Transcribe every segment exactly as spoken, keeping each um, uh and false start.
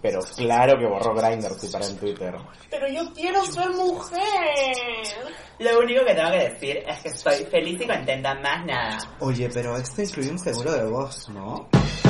pero claro que borró Grindr si para en Twitter. Pero yo quiero ser mujer. Lo único que tengo que decir es que estoy feliz y contenta, más nada. Oye, pero esto incluye un seguro de voz, ¿no?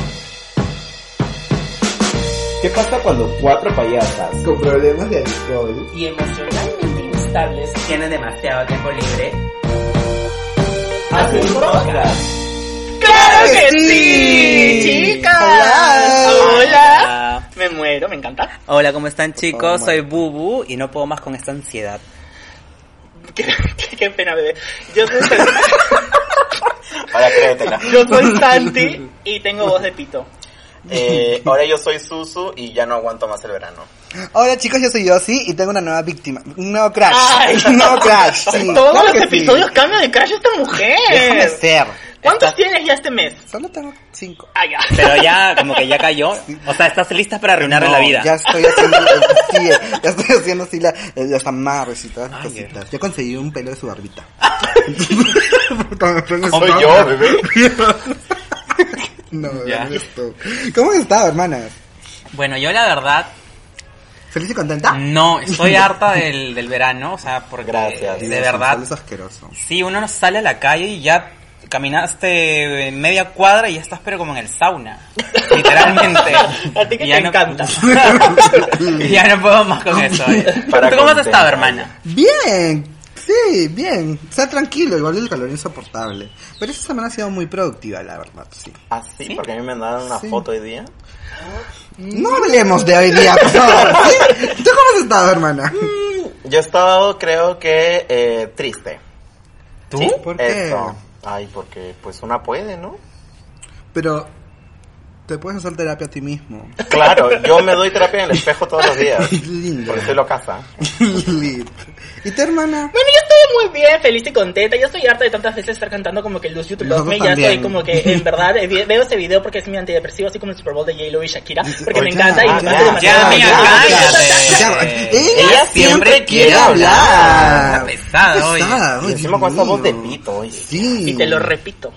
¿Qué pasa cuando cuatro payasas Con problemas de alcohol Y emocionalmente instables tienen demasiado tiempo libre. hacen un podcast? ¡Claro que sí! sí! ¡Chicas! Hola. Hola. Me muero, me encanta. Hola, ¿cómo están, chicos? Oh, Soy Bubu y no puedo más con esta ansiedad. Qué, qué, qué pena, bebé. Yo soy, Ahora créetela. yo soy Santi y tengo voz de pito. Eh, ahora yo soy Susu y ya no aguanto más el verano. Hola chicos, yo soy Yossi y tengo una nueva víctima, un nuevo crash, Ay. un nuevo crash, sí, Todos claro los que sí. episodios cambian de crash esta mujer. Déjame ser, ¿Cuántos tienes ya este mes? solo tengo cinco. Ah, ya. Pero ya, como que ya cayó. O sea, estás lista para arruinarle No, la vida. ya estoy haciendo, sí, ya estoy haciendo así la, los amarres y todas las Ay, cositas. Yo conseguí un pelo de su barbita. Soy yo, bebé. No, Ya. no eres tú. ¿Cómo has estado, hermanas? Bueno, yo la verdad, ¿Feliz y contenta? no, estoy harta del, del verano. O sea, porque Gracias. de Dios, verdad, el sol es asqueroso. sí, uno no sale a la calle y ya caminaste media cuadra y ya estás pero como en el sauna. Literalmente. A ti que Y ya te no- encanta. Y ya no puedo más con eso. oye. Para ¿Tú cómo has contenta. estado, hermana? Bien, sí, bien. Sea tranquilo, igual el calor es insoportable. Pero esta semana ha sido muy productiva, la verdad, sí. ¿Ah, sí? Porque a mí me mandaron una Sí. foto hoy día. No hablemos de hoy día, por favor. ¿Sí? ¿Tú cómo has estado, hermana? Yo he estado, creo que, eh, triste. ¿Tú? ¿Sí? ¿Por qué? Eso. Ay, porque pues una puede, ¿no? Pero te puedes hacer terapia a ti mismo. Claro, yo me doy terapia en el espejo todos los días. Lindo. Porque soy locasa. Lit. ¿Y tu hermana? Bueno, yo estoy muy bien, feliz y contenta. Yo estoy harta de tantas veces estar cantando como que Lose You to Love Nosotros Me. Ya también. estoy como que, en verdad, eh, veo ese video porque es mi antidepresivo, así como el Super Bowl de J-Lo y Shakira. Porque me Oye, encanta y ya, me ya, hace demasiado Ya, bien. mía, Ya, cállate. ella siempre quiere hablar. Está pesada, oye. Pesada, Y oye, encima con Dios esa voz de mío. pito, oye. Sí. Y te lo repito.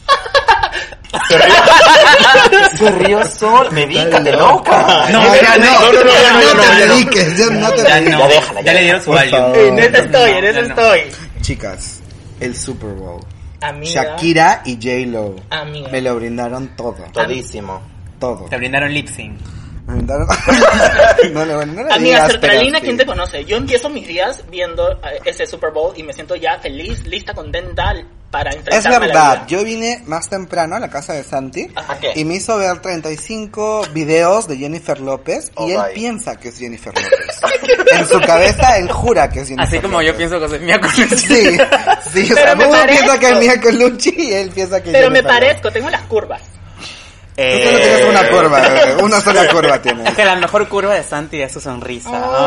Se rió, se rió sol, medícate, loca. No, Ya, ya no, no, no, no, no, ya no, no no, te no, no. dediques, ya no te Ya dediques. no, Ya déjala, ya ya le dieron su Por value. favor. En eso estoy, en No, eso ya no. estoy. Chicas, el Super Bowl. Amiga. Shakira y J-Lo. Amiga. Me lo brindaron todo. Todísimo. Todo. Te brindaron lip sync. Me brindaron... no, no, bueno, no le Amiga, digas, Sertralina, pero ¿quién sí. te conoce? Yo empiezo mis días viendo eh, ese Super Bowl y me siento ya feliz, lista, contenta para Es enfrentarme a la verdad, vida. yo vine más temprano a la casa de Santi ¿A qué? y me hizo ver treinta y cinco videos de Jennifer López Oh, y él vaya. piensa que es Jennifer López. En su cabeza él jura que es Jennifer Así como yo López. pienso que soy Mia Khalifa. Sí, sí, o Pero sea, me Bubu parezco. piensa que es Mia Colucci y él piensa que es Pero me Jennifer López. parezco, tengo las curvas. Tú solo tienes una curva, bebé, una sola curva Es tienes. que la mejor curva de Santi es su sonrisa.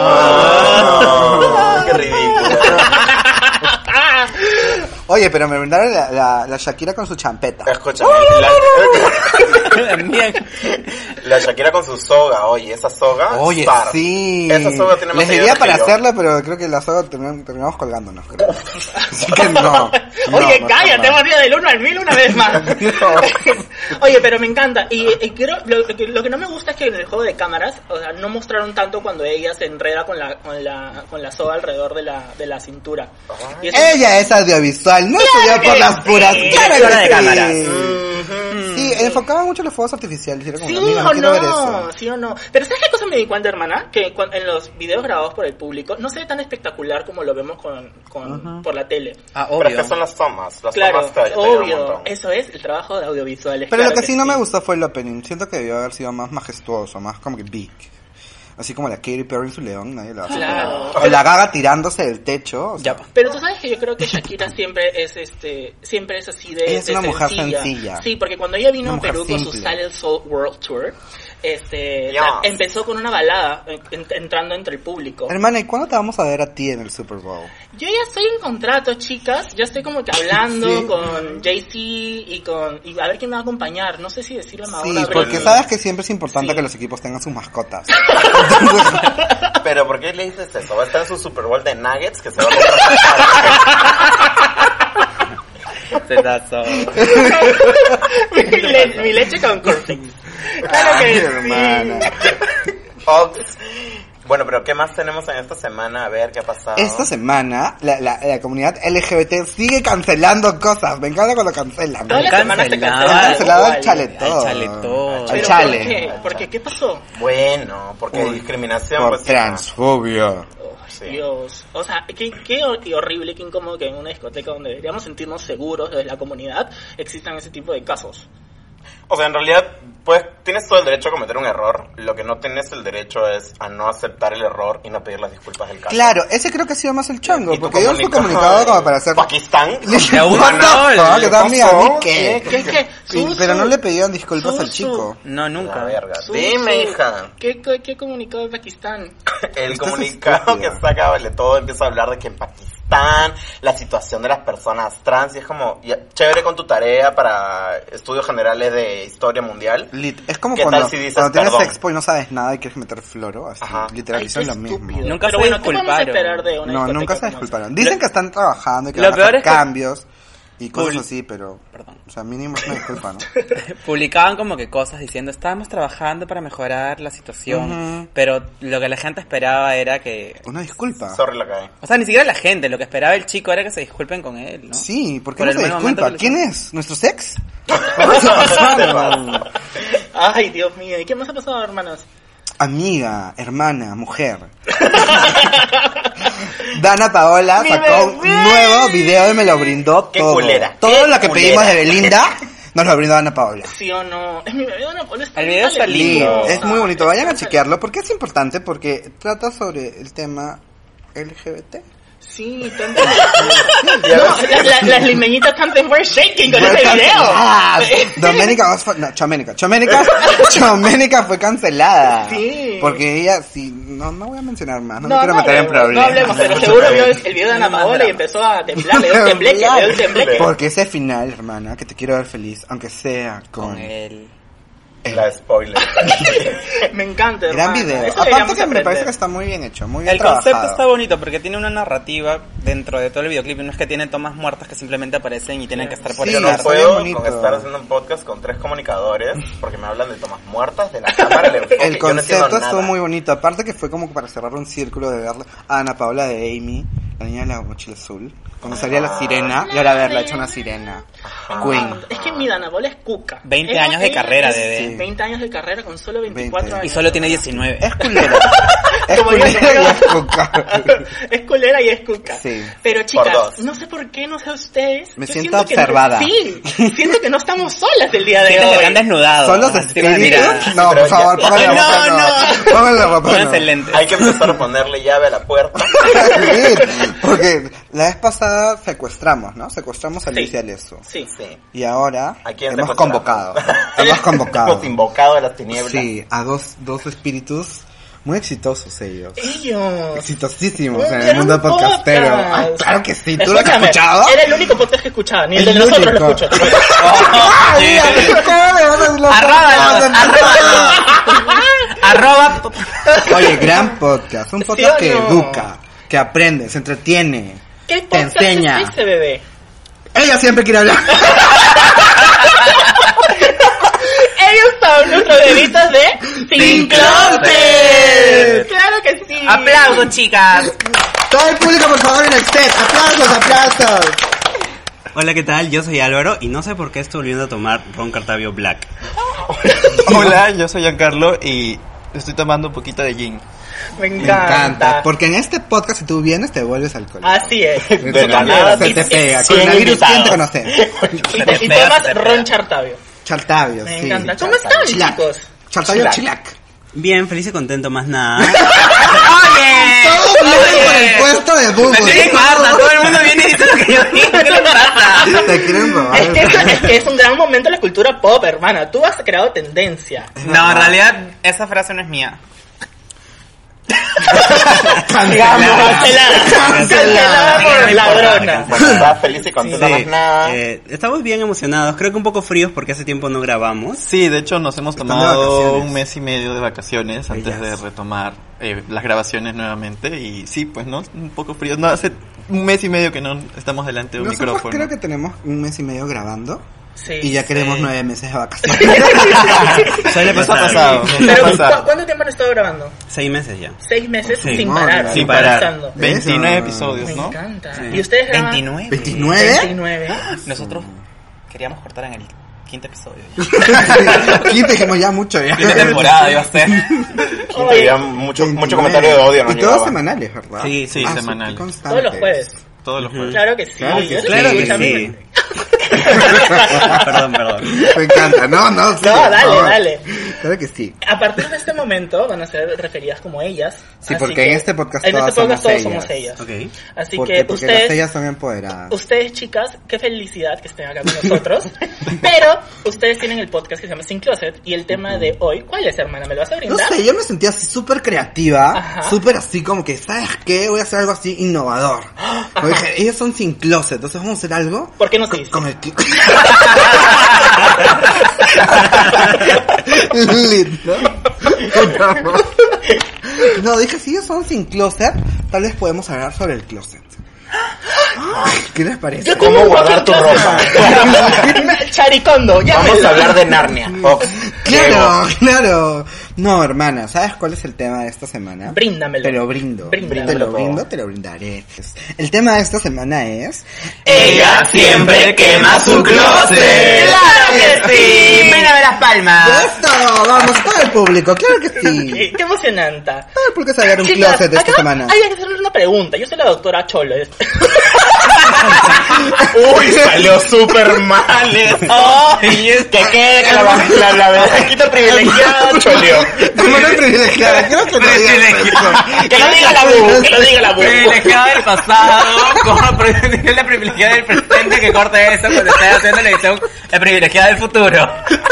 Oh, qué ridículo. Oye, pero me brindaron la, la, la Shakira con su champeta. Escúchame, la, Mia- la Shakira con su soga, oye, esa soga. Oye, zar. sí. Esa soga tiene más Les diría seguidores para que yo. hacerla, pero creo que la soga terminamos, terminamos colgándonos, creo. Así que no. no, Oye, no cállate, está hemos mal. ido del uno al mil una vez más. Oye, pero me encanta. Y, y creo, lo, que- lo que no me gusta es que en el juego de cámaras, o sea, no mostraron tanto cuando ella se enreda con la, con la, con la soga alrededor de la, de la cintura. Y eso- Ella es audiovisual, no estudió que por las sí. puras. Claro Directora que de sí. cámaras. Sí, enfocaba mucho los fuegos artificiales. Era como, Sí amiga, no o quiero ver no, eso. sí o no. Pero ¿sabes qué cosa me di cuenta, hermana? Que cuan- en los videos grabados por el público no se ve tan espectacular como lo vemos con, con por la tele. Ah, Pero es obvio. que son las tomas, las Claro, tomas te, te ayudan un obvio. montón. Eso es el trabajo de audiovisuales. Pero claro lo que sí no me sí. gustó fue el opening. Siento que debió haber sido más majestuoso, más como que big. Así como la Katy Perry en su león, nadie la va a hacer. Claro. O la Gaga tirándose del techo. O sea, Ya. Pero tú sabes que yo creo que Shakira siempre es este siempre es así de, Ella es de una mujer sencilla. Sí, porque cuando ella vino Una a mujer Perú con su simple. Silent Soul World Tour, este Yes. o sea, empezó con una balada en- entrando entre el público. hermana, ¿y cuándo te vamos a ver a ti en el Super Bowl? Yo ya estoy en contrato, chicas. Ya estoy como que hablando Sí. con Jay-Z y con y a ver quién me va a acompañar. No sé si decirle a Madonna. Sí, pero- porque sabes que siempre es importante Sí. que los equipos tengan sus mascotas. Pero ¿por qué le dices eso? Va a estar en su Super Bowl de Nuggets que se va a Pedazo. mi, le- mi leche con cornflakes. Claro que Ay, sí. hermana. Ox. Bueno, pero ¿qué más tenemos en esta semana? A ver, ¿qué ha pasado? Esta semana, la, la, la comunidad L G B T sigue cancelando cosas. Me encanta cuando cancelan. Todas las semanas se Cancelado. cancela. Han cancelado al igual. chaletón. Al chaletón. Al Pero chale. ¿por qué? ¿Por qué? ¿Qué pasó? Bueno, porque Uy, discriminación... Por pues, transfobia. Oh, Sí. Dios. O sea, qué, qué hor- y horrible, qué incómodo que en una discoteca donde deberíamos sentirnos seguros desde la comunidad existan ese tipo de casos. O sea, en realidad, pues, tienes todo el derecho a cometer un error. Lo que no tienes el derecho es a no aceptar el error y no pedir las disculpas del caso. Claro, ese creo que ha sido más el chango, Y tu porque dio su comunicado comunicado de como para hacer... Pakistán. De un What the gol. fuck, ¿Qué da miedo, pasó? ¿qué? ¿Qué, qué? Sí, Susu. pero no le pidieron disculpas al Susu. chico. No, La nunca. verga. Susu. Dime, hija. ¿Qué, qué, qué comunicado de Pakistán? El Estás comunicado estúpida. que saca vale todo empieza a hablar de que en Pakistán la situación de las personas trans y es como ya, chévere con tu tarea para estudios generales de historia mundial. Lit- es como ¿Qué cuando, tal si dices cuando tienes perdón? expo y no sabes nada y quieres meter floro, así, Ajá. literal, Ay, eso es qué lo mismo. estúpido. Nunca Pero se bueno, ¿qué podemos disculparon. esperar de una No, discoteca nunca se como disculparon. Lo- Dicen que están trabajando y que lo van a peor hacer es que- cambios y cosas Publi- así, pero... Perdón. O sea, mínimo es una disculpa, ¿no? Publicaban como que cosas diciendo, estábamos trabajando para mejorar la situación, Ujú. pero lo que la gente esperaba era que... Una disculpa. Sorry la cae. O sea, ni siquiera la gente, lo que esperaba el chico era que se disculpen con él, ¿no? Sí, ¿por qué Por no el se mal momento disculpa? que le ¿Quién hicieron. es? ¿Nuestro sex? Ay, Dios mío. ¿Y qué más ha pasado, hermanas? Amiga, hermana, mujer. Dana Paola ¡Mi sacó un bebé! nuevo video y me lo brindó ¡Qué todo. culera! Todo ¡Qué lo que culera! pedimos de Belinda nos lo brindó Dana Paola. ¿Sí o no? Es mi bebé, Ana Paula. Está El bien video está talentosa. lindo. Es muy bonito, vayan a chequearlo porque es importante porque trata sobre el tema L G B T. Sí, tanto. No, la- la- las limeñitas están temper shaking con ese video. Ah, Doménica Osfa- no, Choménica. Choménica, Choménica fue cancelada. Sí. Porque ella, sí, no, no voy a mencionar más, no, No, me quiero no meter en hablemos, problemas. No hablemos, pero seguro vio el, el video de Ana Paola y empezó a temblar, le dio el tembleque, le dio el tembleque. Porque ese final, hermana, que te quiero ver feliz, aunque sea con, Con él. La spoiler. Me encanta, gran hermana. video. Eso Aparte deberíamos que me aprender. parece que está muy bien hecho, muy bien El concepto trabajado. está bonito porque tiene una narrativa dentro de todo el videoclip. No es que tiene tomas muertas que simplemente aparecen y tienen que estar por Sí, Yo no estar. está bien puedo bonito. con estar haciendo un podcast con tres comunicadores porque me hablan de tomas muertas, de la cámara, el enfoque. El Yo no entiendo concepto estuvo nada. muy bonito. Aparte que fue como para cerrar un círculo de ver a Ana Paola de Amy, la niña de la mochila azul. Cuando salía la sirena, y ahora verla hecho una sirena. Queen. Es que mi Dana Paola es cuca. veinte Ella- años de ella carrera, es- bebé. Sí. veinte años de carrera con solo veinticuatro veinte. Y años. solo tiene diecinueve. Es culera. Es Como yo, culera como y yo. es coca. Es culera y es cuca. Sí. Pero Por chicas, dos. no sé por qué, no sé ustedes. Me yo siento siento que no- observada. sí, siento que no estamos solas el día de Siento que te han hoy. desnudado. ¿Son los Así una espíritus? mirada. No, Pero por favor, ya- pónganle la No, ropa, no. Pónganle la ropa, no. Pónganse lentes. Hay que empezar a ponerle llave a la puerta. Sí, porque la vez pasada secuestramos, ¿no? Secuestramos a Sí. Alicia Leso. Sí. Sí. Y ahora ¿A quién hemos secuestramos? convocado. Hemos convocado. Hemos invocado a las tinieblas. Sí, a dos, dos espíritus muy exitosos ellos. Ellos. Exitosísimos en Era el mundo un podcastero. podcast. Ay, claro que sí. ¿Tú lo has Escúchame, escuchado? Era el único podcast que escuchaba, ni el, El de nosotros único. lo escucho. Ay, mira, ¿cómo le vas a decir los Arróbalos, podcasts? Arroba. Oye, gran podcast. Un podcast o que no? educa, que aprende, se entretiene, ¿Qué te podcast enseña. es ese, bebé? Ella siempre quiere hablar. Ellos son nuestros bebitos de Sin Sin Closet. Closet. Claro que sí. Aplausos, chicas. Todo el público, por favor, en el set. Aplausos, aplausos. Hola, ¿qué tal? Yo soy Álvaro y no sé por qué estoy volviendo a tomar Ron Cartavio Black. Hola, yo soy Giancarlo y estoy tomando un poquito de gin. Me Me encanta. encanta. Porque en este podcast, si tú vienes, te vuelves alcohólico. Así es. De la nada se te sí, pega. cien Coronavirus, ¿quién te invitados. conoce? Y, te- y tomas ron chartavio. Chartavio, Me sí. encanta. ¿Cómo están, Chilac. chicos? Chartavio Chilac. Chilac. Bien, feliz y contento, más nada. Oye. Todos vienen por el Oye. puesto de Me Google. tienen harta, todo el mundo viene y dice lo que yo digo. ¿Qué les pasa? Te quieren robar. Es que, es, es que es un gran momento de la cultura pop, hermana. Tú has creado tendencia. No, en realidad esa frase no es mía. Cancelada. Cancelada por ladrona. Bueno, estaba feliz y contenta Sí, más nada. eh, estamos bien emocionados, creo que un poco fríos porque hace tiempo no grabamos. Sí, de hecho nos hemos Están de tomado vacaciones. un mes y medio de vacaciones antes de Ellas. retomar eh, las grabaciones nuevamente y sí, pues no, un poco frío. No, hace un mes y medio que no estamos delante de un Nosotros micrófono. creo que tenemos un mes y medio grabando. Sí, y ya sí. queremos nueve meses de vacaciones. Suele Eso ha pasar. pasado. Sí. Pero, Eso ha pasado. ¿cu- ¿cuánto tiempo han estado grabando? Seis meses ya. Seis meses Sí. sin No, parar, no, sin parar. improvisando. veintinueve Eso. episodios, Me ¿no? encanta. Sí. ¿Y ustedes graban? veintinueve. ¿veintinueve? veintinueve. Nosotros queríamos cortar en el quinto episodio. Aquí dijimos ya mucho. Ya. Quinta temporada iba a ser. Quinto, había mucho, mucho comentario de odio, nos Y todos llegaba. semanales, ¿verdad? Sí, sí, Ah, semanales. qué constantes. Todos los jueves. Todos los jueves. Claro que sí. Claro que Yo sí. sé Claro que también- sí. Perdón, perdón. Me encanta. No, no, sí, No, por dale, favor. dale. Claro que sí. A partir de este momento van a ser referidas como ellas. Sí, así porque que- en este podcast en todas este podcast somos todos ellas. somos ellas. Ok. Así Porque, que porque ustedes, las ellas son empoderadas. ustedes chicas, qué felicidad que estén acá con nosotros. Pero ustedes tienen el podcast que se llama Sin Closet y el tema de hoy, ¿cuál es, hermana? ¿Me lo vas a No brindar? sé, yo me sentía así súper creativa, Ajá. súper así como que, ¿sabes qué? Voy a hacer algo así innovador. Como dije, ellos son sin closet, entonces vamos a hacer algo ¿Por qué no se con, dice? con el cl- Lit, ¿no? No, dije, si ellos son sin closet, tal vez podemos hablar sobre el closet. ¿Qué les parece? Yo ¿Cómo tengo un guardar tu walking ropa? closet. Charicondo, ya Vamos me- a hablar de Narnia. Fox. Claro, claro. No, hermana, ¿sabes cuál es el tema de esta semana? Bríndamelo. Te lo brindo. Bríndamelo. Te lo brindo, te lo brindaré. El tema de esta semana es... Ella siempre quema su closet. ¡Claro que sí! ¡Mírame las palmas! ¡Esto! Vamos, todo el público, claro que sí. Qué, qué emocionante. Todo el público se va a ver un Chicas, closet de esta acá semana. hay que hacerle una pregunta. Yo soy la doctora Cholo. Uy, salió súper mal eso. Ay, es Que quede que la, la, la verdadera privilegiada choleó. Como no privilegiada, quiero que lo digas. Que lo diga la bu, que lo diga la bu. Privilegiada del pasado, como privilegiada la privilegiada del presente que corte eso cuando esté haciendo la edición, la privilegiada del futuro.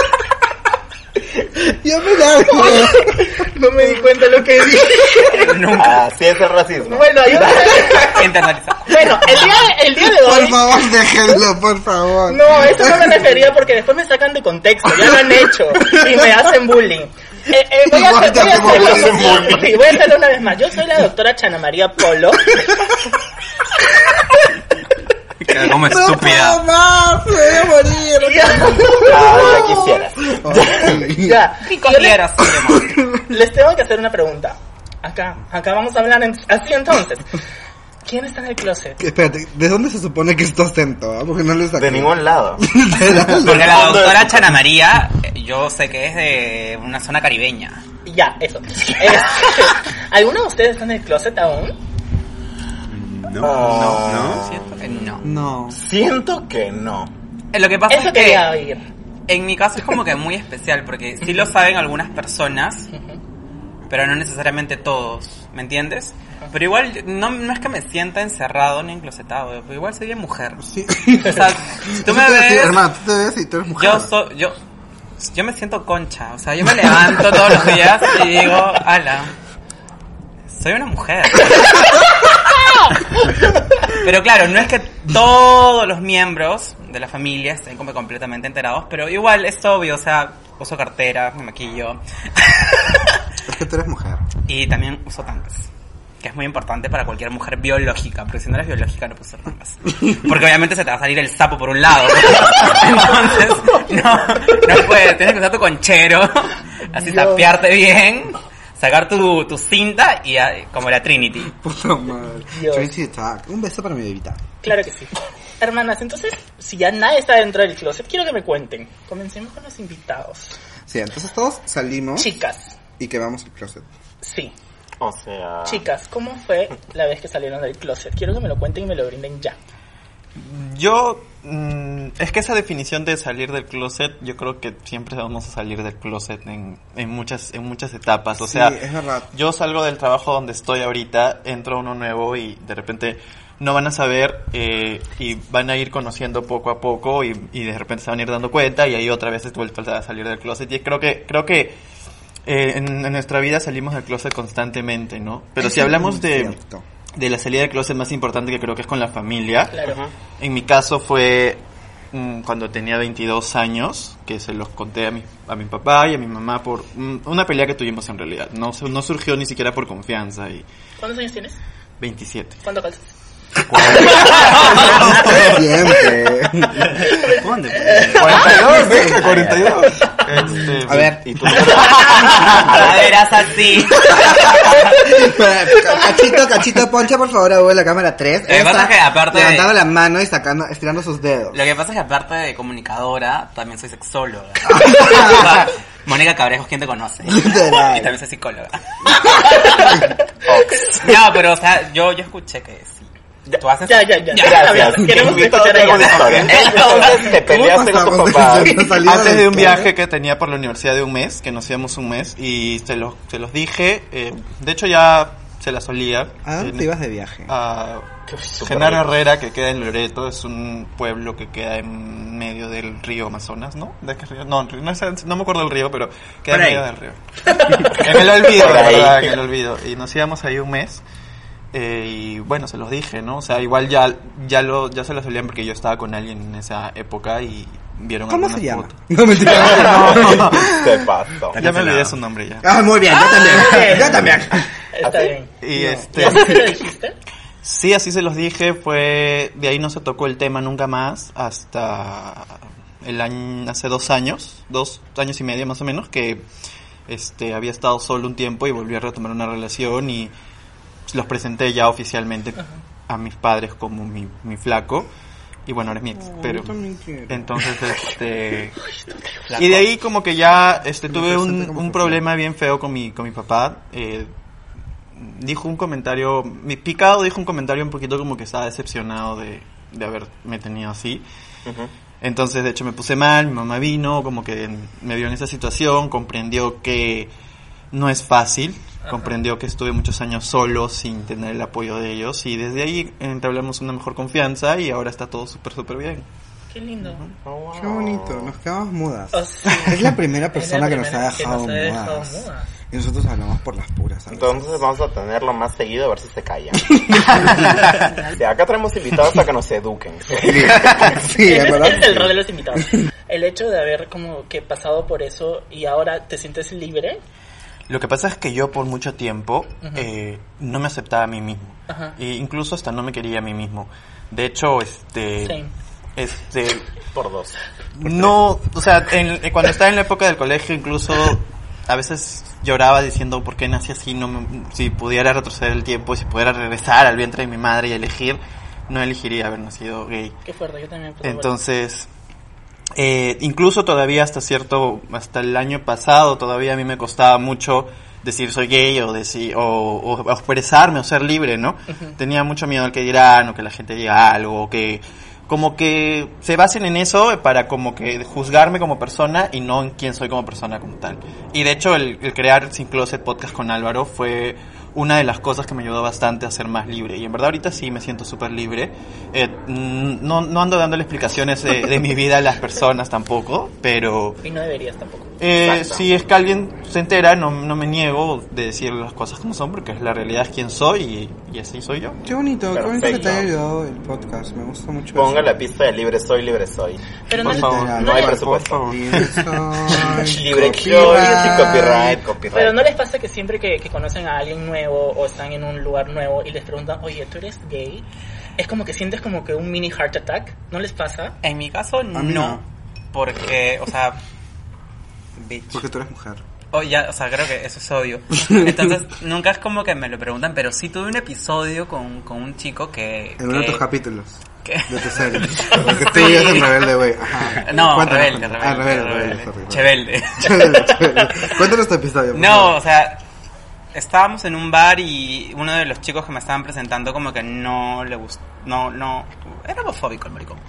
Yo me largo. No me di cuenta de lo que dije. Nunca. Así es el racismo. Bueno, ayúdame. Internalizado. Bueno, el día, el día de Por hoy... favor, déjenlo, por favor. No, eso no me refería porque después me sacan de contexto, ya lo han hecho y me hacen bullying. Eh, eh, voy, a Igual hacer, te voy, a hacemos hacerlo, bullying. sí, voy a hacerlo una vez más. Yo soy la doctora Chana María Polo. Queda como No puedo estúpida. más, me voy a morir. Ay, ya quisieras. Ay. Ya, Y yo comieras, les, les tengo que hacer una pregunta. Acá, acá vamos a hablar en- así entonces. ¿Quién está en el closet? Espérate, ¿de dónde se supone que es tu acento? ah? Porque no lo saqué. De ningún lado. Porque la doctora Chana María, eh, yo sé que es de una zona caribeña. Ya, eso. Eh, ¿Alguno de ustedes está en el closet aún? No, no, no. Siento que no. No. Siento que no. Eh, Lo que pasa Eso es que quería oír. en mi caso es como que muy especial, porque sí lo saben algunas personas, pero no necesariamente todos, ¿me entiendes? Pero igual, no, no es que me sienta encerrado ni enclosetado, pero igual soy bien mujer. Sí. O sea, si tú me Eso te iba a decir, ves, hermano, tú te ves y tú eres mujer. yo soy, yo, yo me siento concha, o sea, yo me levanto todos los días y digo, ala, soy una mujer. Pero claro, no es que todos los miembros de la familia estén como completamente enterados, pero igual es obvio, o sea, uso cartera, me maquillo Es que tú eres mujer. y también uso tangas, que es muy importante para cualquier mujer biológica, porque si no eres biológica no puedes usar tangas, porque obviamente se te va a salir el sapo por un lado, entonces no, no puedes, tienes que usar tu conchero, así Dios. sapearte bien, sacar tu, tu cinta y ah, como la Trinity. Puta madre. Dios. Tracy Attack. Un beso para mi bebita. Claro que sí. Hermanas, entonces, si ya nadie está dentro del closet, quiero que me cuenten. Comencemos con los invitados. Sí, entonces todos salimos Chicas, y que vamos al closet. sí. O sea... Chicas, ¿cómo fue la vez que salieron del closet? Quiero que me lo cuenten y me lo brinden ya. Yo, mm, es que esa definición de salir del closet, yo creo que siempre vamos a salir del closet en, en muchas en muchas etapas. O Sí, sea, es verdad. yo salgo del trabajo donde estoy ahorita, entro a uno nuevo y de repente no van a saber eh, y van a ir conociendo poco a poco y, y de repente se van a ir dando cuenta y ahí otra vez es vuelto a salir del closet. Y creo que creo que eh, en, en nuestra vida salimos del closet constantemente, ¿no? Pero si Eso es hablamos muy de... cierto. de la salida del closet más importante, que creo que es con la familia. Claro. En mi caso fue mm, cuando tenía veintidós años, que se los conté a mi, a mi papá y a mi mamá por mm, una pelea que tuvimos en realidad. No, su- no surgió ni siquiera por confianza y ¿Cuántos años tienes? veintisiete. ¿Cuánto calzas? Siempre. ¿Dónde? cuarenta y dos, venga, cuarenta y dos. Este, A ver. ¿y tú? A ver, haz así. Espera, Cachito, Cachito, poncha por favor a la cámara tres. Lo que pasa es que aparte de- levantando la mano y sacando, estirando sus dedos. Lo que pasa es que aparte de comunicadora, también soy sexóloga. O sea, Mónica Cabrejos, ¿quién te conoce? Literal. Y también soy psicóloga. No, pero o sea, yo, yo escuché que sí. Tú haces... Ya, ya, ya. Gracias. Queremos Invito a escuchar a otra ella. historia. Entonces te peleaste con tu pasamos papá. de esa salida Antes de un historia? viaje que tenía por la universidad de un mes, que nos íbamos un mes, y se los, se los dije, eh, de hecho ya se la solía. ¿A dónde Eh, te ibas de viaje? A Súper Genaro rico. Herrera, que queda en Loreto, es un pueblo que queda en medio del río Amazonas, ¿no? ¿De qué río? No, no, sé, no me acuerdo del río, pero queda Por en ahí. medio del río. En el olvido, Por la ahí. verdad, en el olvido. Y nos íbamos ahí un mes. Eh, y bueno, se los dije, ¿no? O sea, igual ya ya lo ya se lo solían porque yo estaba con alguien en esa época y vieron ¿Cómo algunas se llama? fotos. No, mentira. No, Se pasó. ya me olvidé su nombre ya. Ah, muy bien, yo también. Yo también. Está ¿Así? bien. Y este ¿Y así se lo dijiste? sí, así se los dije, fue de ahí no se tocó el tema nunca más hasta el año hace dos años, dos años y medio más o menos que este había estado solo un tiempo y volví a retomar una relación y los presenté ya oficialmente a mis padres como mi, mi flaco y bueno, ahora es mi ex, pero entonces este y de ahí como que ya este Me tuve un, presenté como un flaco. problema bien feo con mi con mi papá. eh, dijo un comentario, mi picado dijo un comentario un poquito como que estaba decepcionado de, de haberme tenido así. Ujú. Entonces, de hecho, me puse mal, mi mamá vino, como que me vio en esa situación, comprendió que no es fácil, comprendió que estuve muchos años solo sin tener el apoyo de ellos y desde ahí entablamos una mejor confianza y ahora está todo súper, súper bien. Qué lindo. Qué bonito, nos quedamos mudas. Oh, sí. Es la primera persona Es la que nos primera ha que dejado nos ha dejado mudas. mudas. Y nosotros hablamos por las puras. ¿sabes? Entonces vamos a tenerlo más seguido a ver si se callan. Sí, acá traemos invitados a que nos eduquen. Sí, Ese es verdad. es el rol de los invitados. El hecho de haber como que pasado por eso y ahora te sientes libre. Lo que pasa es que yo por mucho tiempo Ujú. eh, no me aceptaba a mí mismo. Ajá. E incluso hasta no me quería a mí mismo. De hecho, este... Sí. Este... Por dos. No, o sea, en- cuando estaba en la época del colegio incluso a veces lloraba diciendo por qué nací así, no me- si pudiera retroceder el tiempo, si pudiera regresar al vientre de mi madre y elegir, no elegiría haber nacido gay. Qué fuerte, yo también. pasé por Entonces, eh, incluso todavía hasta cierto, hasta el año pasado todavía a mí me costaba mucho decir soy gay o decir, o, o, o expresarme o ser libre, ¿no? Ujú. Tenía mucho miedo al que dirán o que la gente diga algo o que como que se basen en eso para como que juzgarme como persona y no en quién soy como persona como tal. Y de hecho el, el crear Sin Closet Podcast con Álvaro fue una de las cosas que me ayudó bastante a ser más libre. Y en verdad ahorita sí me siento súper libre. Eh, no, no ando dándole explicaciones de, de mi vida a las personas tampoco, pero Y no deberías tampoco. eh, Exacto. si es que alguien se entera, no, no me niego de decir las cosas como son, porque la realidad es quien soy y, y así soy yo. Qué bonito, qué bonito que te Perfecto. haya ayudado el podcast. Me gusta mucho. Ponga eso. la pista de libre soy, libre soy. Pero Por no, favor, Literal, no hay le- presupuesto. Libre soy, Libre soy, sin copyright, copyright. Pero no les pasa que siempre que, que conocen a alguien nuevo o están en un lugar nuevo y les preguntan, oye, ¿tú eres gay? Es como que sientes como que un mini heart attack. ¿No les pasa? En mi caso, mí no. no. Porque, o sea, bitch. Porque tú eres mujer. Oh, ya, o sea, creo que eso es obvio. Entonces, nunca es como que me lo preguntan, pero sí tuve un episodio con, con un chico que... En uno de que- tus capítulos. que- De tu serie. Porque tú vives en Rebelde, güey. Ajá. No, Cuéntanos, rebelde, cuéntanos. rebelde, Ah, rebelde, rebelde. rebelde, sorry, rebelde. Chevelde. Chévere, chévere. Cuéntanos tu episodio. por No, favor. o sea, estábamos en un bar y uno de los chicos que me estaban presentando como que no le gustó, no, no, era homofóbico el maricón.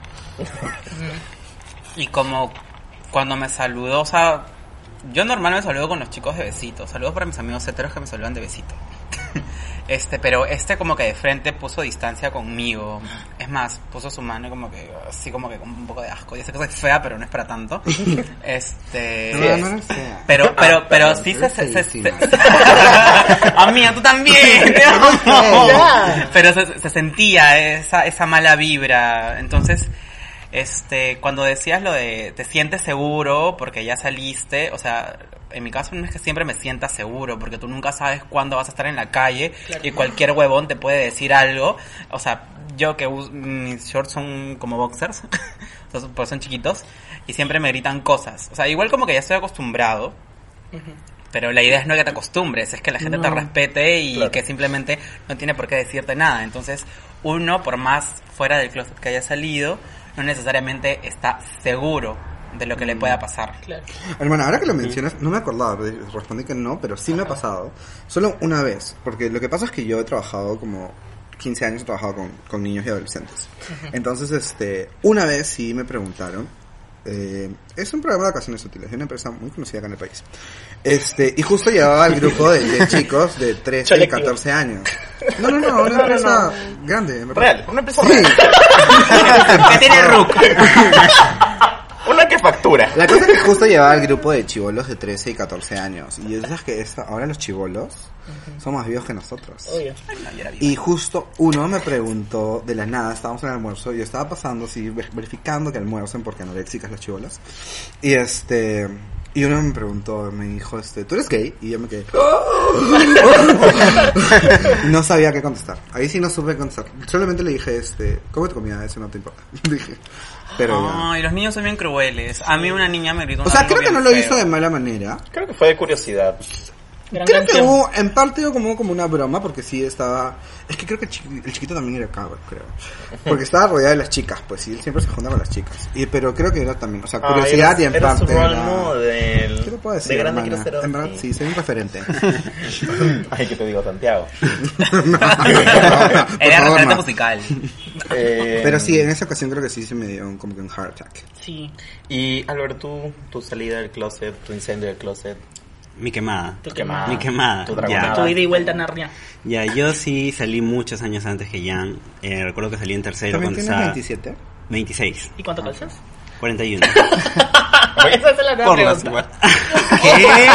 Y como cuando me saludó, o sea, yo normalmente saludo con los chicos de besito, saludos para mis amigos heteros que me saludan de besito. Este, pero este como que de frente puso distancia conmigo. Es más, puso su mano como que así como que con un poco de asco. Dice que soy fea, pero no es para tanto. Este, No, no eres fea. pero, pero, pero perdón, sí se, eres se, se, feísima. se- Amiga, tú también. te amo. Ya. Pero se, se sentía esa, esa mala vibra. Entonces, este, cuando decías lo de te sientes seguro porque ya saliste, o sea, en mi caso no es que siempre me sienta seguro, porque tú nunca sabes cuándo vas a estar en la calle Claro. y cualquier huevón te puede decir algo. O sea, yo que us- mis shorts son como boxers, son- pues son chiquitos, y siempre me gritan cosas. O sea, igual como que ya estoy acostumbrado, pero la idea es no que te acostumbres, es que la gente te No. respete y Claro. que simplemente no tiene por qué decirte nada. Entonces, uno, por más fuera del closet que haya salido, no necesariamente está seguro de lo que le pueda pasar. Claro. Hermana, ahora que lo mencionas, no me acordaba, respondí que no, pero sí me ha pasado. Solo una vez, porque lo que pasa es que yo he trabajado como quince años, he trabajado con, con niños y adolescentes. Entonces, este, una vez sí me preguntaron, eh, es un programa de ocasiones útiles, de una empresa muy conocida acá en el país. Este, y justo llevaba al grupo de, de chicos de trece y Colectivo. catorce años. No, no, no, una empresa grande, en verdad. Real, una empresa Sí. real. ¿Qué tiene Rook? Una que factura. La cosa es que justo llevaba al grupo de chibolos de trece y catorce años. Y es que esta- ahora los chibolos son más vivos que nosotros. Obvio. Y justo uno me preguntó de la nada, estábamos en el almuerzo, yo estaba pasando así, ver- verificando que almuercen porque anoréxicas las chibolas. Y este, y uno me preguntó, me dijo, este, ¿tú eres gay? Y yo me quedé, no sabía qué contestar. Ahí sí no supe contestar. Solamente le dije, este, come tu comida, eso no te importa. Dije, pero ya. Ay, los niños son bien crueles. A mí una niña me gritó O sea, algo creo que bien no lo feo. hizo de mala manera. Creo que fue de curiosidad. Gran Creo que canción. hubo, en parte hubo como, como una broma, porque sí estaba... Es que creo que el, chiqui- el chiquito también era cabro, creo. Porque estaba rodeado de las chicas, pues, y él siempre se junta con las chicas. Y, pero creo que era también, o sea, curiosidad y en era parte su role era... model. ¿Qué te puedo decir, De grande hermana? quiero ser En verdad, así. sí, soy un referente. Ay, ¿qué te digo, Santiago? Era Por favor, referente no. musical. Eh, Pero sí, en esa ocasión creo que sí se me dio un, como que un heart attack. Sí. Y, Álvaro, tú, tu salida del closet, tu incendio del closet. Mi quemada. Tu quemada. Mi quemada. Tu Ya. dragonada. Tu ida y vuelta a Narnia. Ya, yo sí salí muchos años antes que Jan. Eh, recuerdo que salí en tercero ¿También cuando tienes estaba... veintisiete? veintiséis. ¿Y cuánto calzas? cuarenta y uno. Esa es la nueva Por las pregunta. ¿Qué?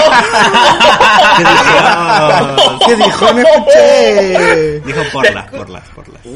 ¿Qué dijo? No escuché. Dijo por las, por las, por las.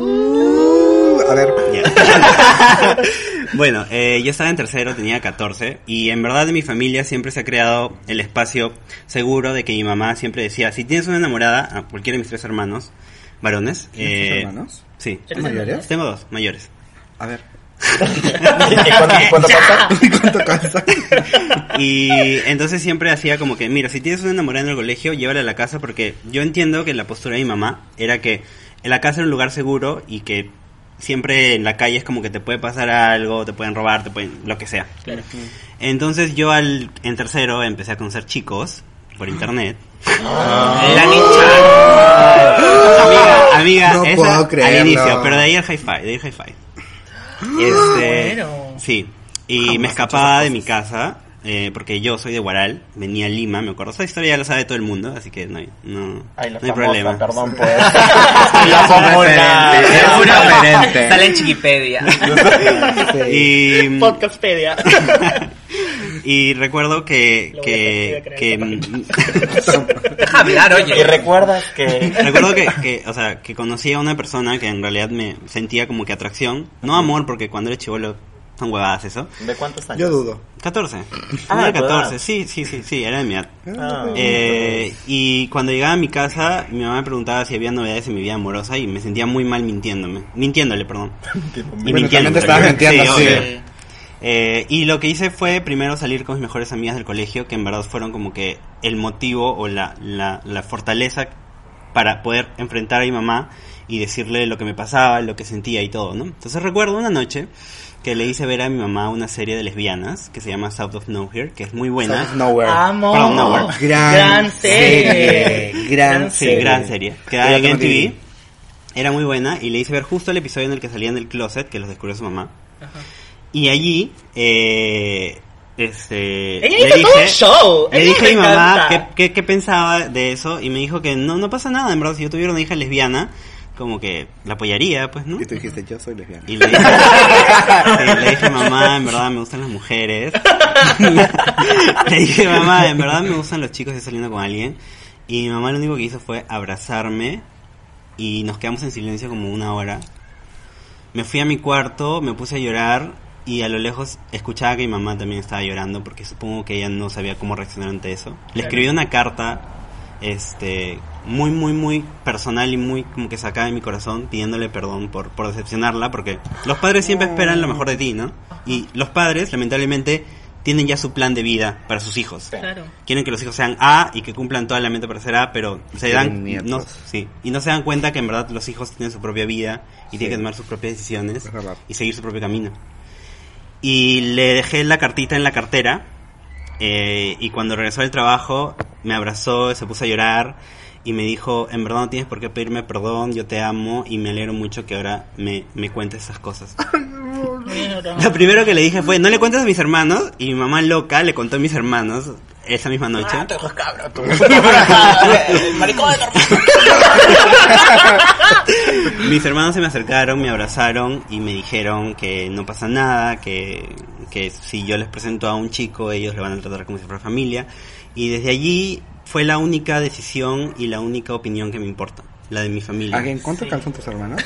Uh, a ver, Ya. Bueno, eh, yo estaba en tercero, tenía catorce, y en verdad en mi familia siempre se ha creado el espacio seguro de que mi mamá siempre decía, si tienes una enamorada, a cualquiera de mis tres hermanos, varones, ¿tienes eh, hermanos? sí, ¿Eres mayores? tengo dos, mayores. A ver. ¿Y cuánto, y cuánto pasa? ¿Cuánto calza? Y entonces siempre hacía como que, mira, si tienes una enamorada en el colegio, llévala a la casa, porque yo entiendo que la postura de mi mamá era que en la casa era un lugar seguro y que siempre en la calle es como que te puede pasar algo, te pueden robar, te pueden, lo que sea. Claro. Entonces yo al, en tercero empecé a conocer chicos por internet. La La nicha. Amiga, amiga, No esa puedo creerlo. al inicio, pero de ahí al hi-fi, de ahí al hi-fi. Este, bueno. sí, y Jamás me he escapaba hecho de esas mi casa, eh, porque yo soy de Huaral, venía a Lima, me acuerdo, esa historia ya la sabe todo el mundo, así que no hay, no, Ay, la no hay famosa, problema. perdón por eso. La famosa. Es un Seguro referente. sale en Chiquipedia. Y, Podcastpedia. y recuerdo que, Lo voy a que, hacer, que, voy Deja hablar, Y oye. recuerdas que... recuerdo que, que, o sea, que conocí a una persona que en realidad me sentía como que atracción, no amor, porque cuando eres chivolo son huevadas eso. ¿De cuántos años? Yo dudo. catorce. Ah, Era ¿tu edad? catorce, sí, sí, sí, sí, era de mi edad. Ah. Eh, y cuando llegaba a mi casa, mi mamá me preguntaba si había novedades en mi vida amorosa y me sentía muy mal mintiéndome, mintiéndole, perdón. Y Bueno, también te estabas mintiendo, sí. obvio. Eh, y lo que hice fue primero salir con mis mejores amigas del colegio, que en verdad fueron como que el motivo o la, la, la fortaleza para poder enfrentar a mi mamá y decirle lo que me pasaba, lo que sentía y todo, ¿no? Entonces recuerdo una noche que le hice ver a mi mamá una serie de lesbianas que se llama South of Nowhere, que es muy buena. South of Nowhere. Amo. Perdón, Nowhere. Gran, Gran serie. Gran Sí, serie. gran serie. Que Yo en la M T V. tengo Era muy buena y le hice ver justo el episodio en el que salían del closet, que los descubrió su mamá. Ajá. Y allí, eh, este, Ella le hizo todo un dije, show. le Ella dije me a mi mamá qué, encanta. qué, qué pensaba de eso y me dijo que no, no pasa nada, en verdad, si yo tuviera una hija lesbiana, como que la apoyaría, pues, ¿no? Y tú dijiste, yo soy lesbiana. Y le dije, sí, le dije, mamá, en verdad me gustan las mujeres. Le dije, mamá, en verdad me gustan los chicos, estoy saliendo con alguien. Y mi mamá lo único que hizo fue abrazarme y nos quedamos en silencio como una hora. Me fui a mi cuarto, me puse a llorar y a lo lejos escuchaba que mi mamá también estaba llorando porque supongo que ella no sabía cómo reaccionar ante eso. Le escribí una carta este muy muy muy personal y muy como que sacada de mi corazón, pidiéndole perdón por, por decepcionarla, porque los padres siempre esperan lo mejor de ti, ¿no? Y los padres lamentablemente tienen ya su plan de vida para sus hijos. Claro. Quieren que los hijos sean A y que cumplan toda la mente para ser A, pero se dan Tienen nietos. no, sí, y no se dan cuenta que en verdad los hijos tienen su propia vida y Sí. tienen que tomar sus propias decisiones Es verdad. y seguir su propio camino. Y le dejé la cartita en la cartera, eh, y cuando regresó del trabajo me abrazó, se puso a llorar y me dijo, en verdad no tienes por qué pedirme perdón, yo te amo y me alegro mucho que ahora me, me cuentes esas cosas. Mira. Lo primero que le dije fue, no le cuentes a mis hermanos, y mi mamá loca le contó a mis hermanos esa misma noche. Ah, te dejas cabra, tú. El maricón de tu hermano. Mis hermanos se me acercaron, me abrazaron y me dijeron que no pasa nada, que, que si yo les presento a un chico, ellos le van a tratar como si fuera familia. Y desde allí fue la única decisión y la única opinión que me importa, la de mi familia. ¿En cuánto Sí. calzan tus hermanos?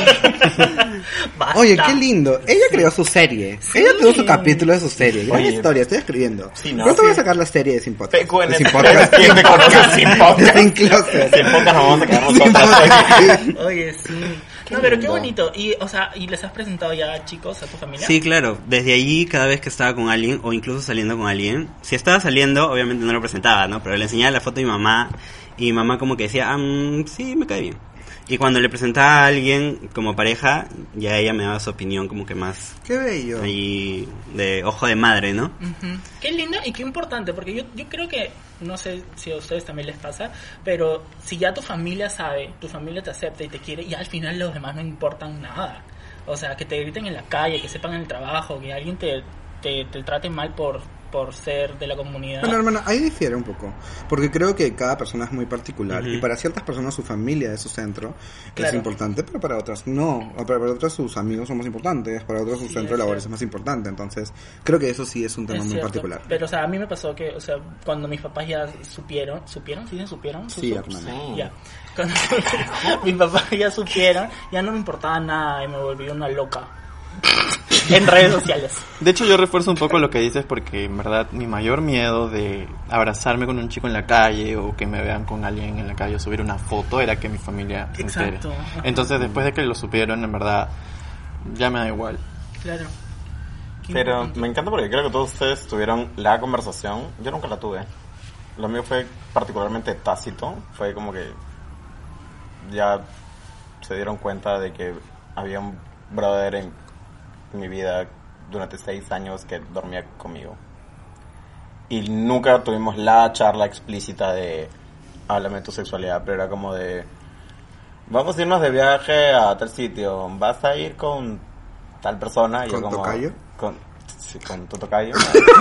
Basta. Oye, qué lindo. Ella creó su serie. Ella tuvo su capítulo de su serie. Gran Oye. historia, estoy escribiendo. Sí, ¿no? ¿Cuánto Sí. voy a sacar la serie de Sin Podcast? P Q N. De Sin Podcast. ¿Quién te conoce sin podcast? Sin Closet. Sin podcast nos vamos a quedar nosotros. Oye, sí. No, pero qué lindo. bonito. Y, o sea, ¿y les has presentado ya a chicos, a tu familia? Sí, claro. Desde allí, cada vez que estaba con alguien, o incluso saliendo con alguien, si estaba saliendo, obviamente no lo presentaba, ¿no? Pero le enseñaba la foto a mi mamá, y mi mamá como que decía, ah, mm, sí, me cae bien. Y cuando le presentaba a alguien como pareja, ya ella me daba su opinión como que más Qué bello. ahí de ojo de madre, ¿no? Ujú. Qué lindo y qué importante, porque yo, yo creo que, no sé si a ustedes también les pasa, pero si ya tu familia sabe, tu familia te acepta y te quiere, y al final los demás no importan nada. O sea, que te griten en la calle, que sepan en el trabajo, que alguien te, te, te trate mal por, por ser de la comunidad. Bueno, hermana, ahí difiere un poco, porque creo que cada persona es muy particular, Ujú. y para ciertas personas su familia es su centro, es Claro. importante, pero para otras no, o para, para otras sus amigos son más importantes, para otros su Sí, centro es de labores es cierto. más importante, entonces creo que eso sí es un tema Es muy cierto. particular. Pero, o sea, a mí me pasó que, o sea, cuando mis papás ya supieron, ¿supieron? ¿Sí se supieron? Sí, ¿Supo? hermana. Ya. Cuando mis papás ya supieron, ya no me importaba nada y me volví una loca en redes sociales. De hecho, yo refuerzo un poco lo que dices porque en verdad mi mayor miedo de abrazarme con un chico en la calle o que me vean con alguien en la calle o subir una foto era que mi familia se entere. Exacto. Ajá. Entonces, después de que lo supieron, en verdad, ya me da igual. Claro. Qué Pero importante. me encanta porque creo que todos ustedes tuvieron la conversación. Yo nunca la tuve. Lo mío fue particularmente tácito. Fue como que ya se dieron cuenta de que había un brother en mi vida durante seis años que dormía conmigo. Y nunca tuvimos la charla explícita de háblame de tu sexualidad, pero era como de vamos a irnos de viaje a tal sitio, vas a ir con tal persona. Y ¿Con yo como, tocayo? Con, sí, con tu tocayo.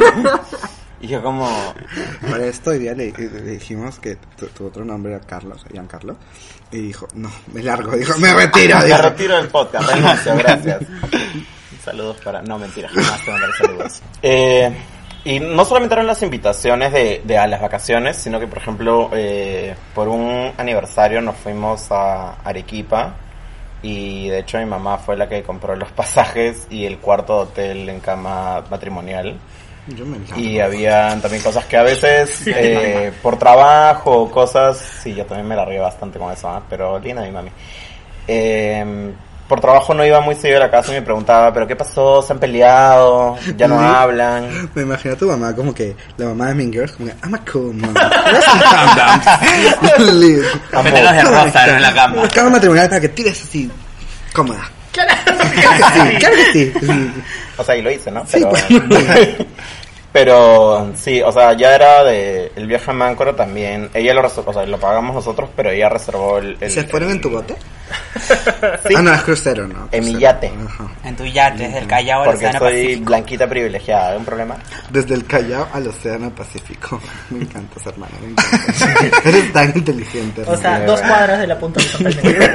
Y yo como Para esto hoy día le, le dijimos que tu, tu otro nombre era Carlos, Giancarlo, y dijo, no, me largo, dijo, me retiro, me dijo. retiro del podcast, renuncio, gracias. Saludos para... No, mentira, jamás te mandaré saludos. Eh, y no solamente eran las invitaciones de, de a las vacaciones, sino que, por ejemplo, eh, por un aniversario nos fuimos a Arequipa y de hecho mi mamá fue la que compró los pasajes y el cuarto de hotel en cama matrimonial. Yo me largo. Y habían también cosas que a veces eh, por trabajo, cosas, sí, yo también me largué bastante con eso, ¿eh? Pero linda mi mami. Eh, por trabajo no iba muy seguido a la casa y me preguntaba, ¿pero qué pasó? ¿Se han peleado? ¿Ya no Sí. hablan? Me imagino a tu mamá como que, la mamá de Mean Girls, como que, I'm a cool mom. Let's calm down. Liz. Pelos de rosa, ¿no? En la cama. Cama matrimonial para que tires así, cómoda. Claro que sí, claro que sí. Sí. O sea, y lo hice, ¿no? Sí, Pero, pues. pero sí, o sea, ya era de el viaje a Máncora también. Ella lo reservó, o sea, lo pagamos nosotros, pero ella reservó el... el ¿Se fueron en tu bote? Sí. Ah, no, es crucero, ¿no? En mi Crucero. yate. Ajá. En tu yate, desde el Callao al Porque Océano soy Pacífico. blanquita privilegiada, ¿hay un problema? Desde el Callao al Océano Pacífico. Me encantas, hermana, me encantas. Eres tan inteligente. O sea, hermana. dos cuadras de la punta de Santa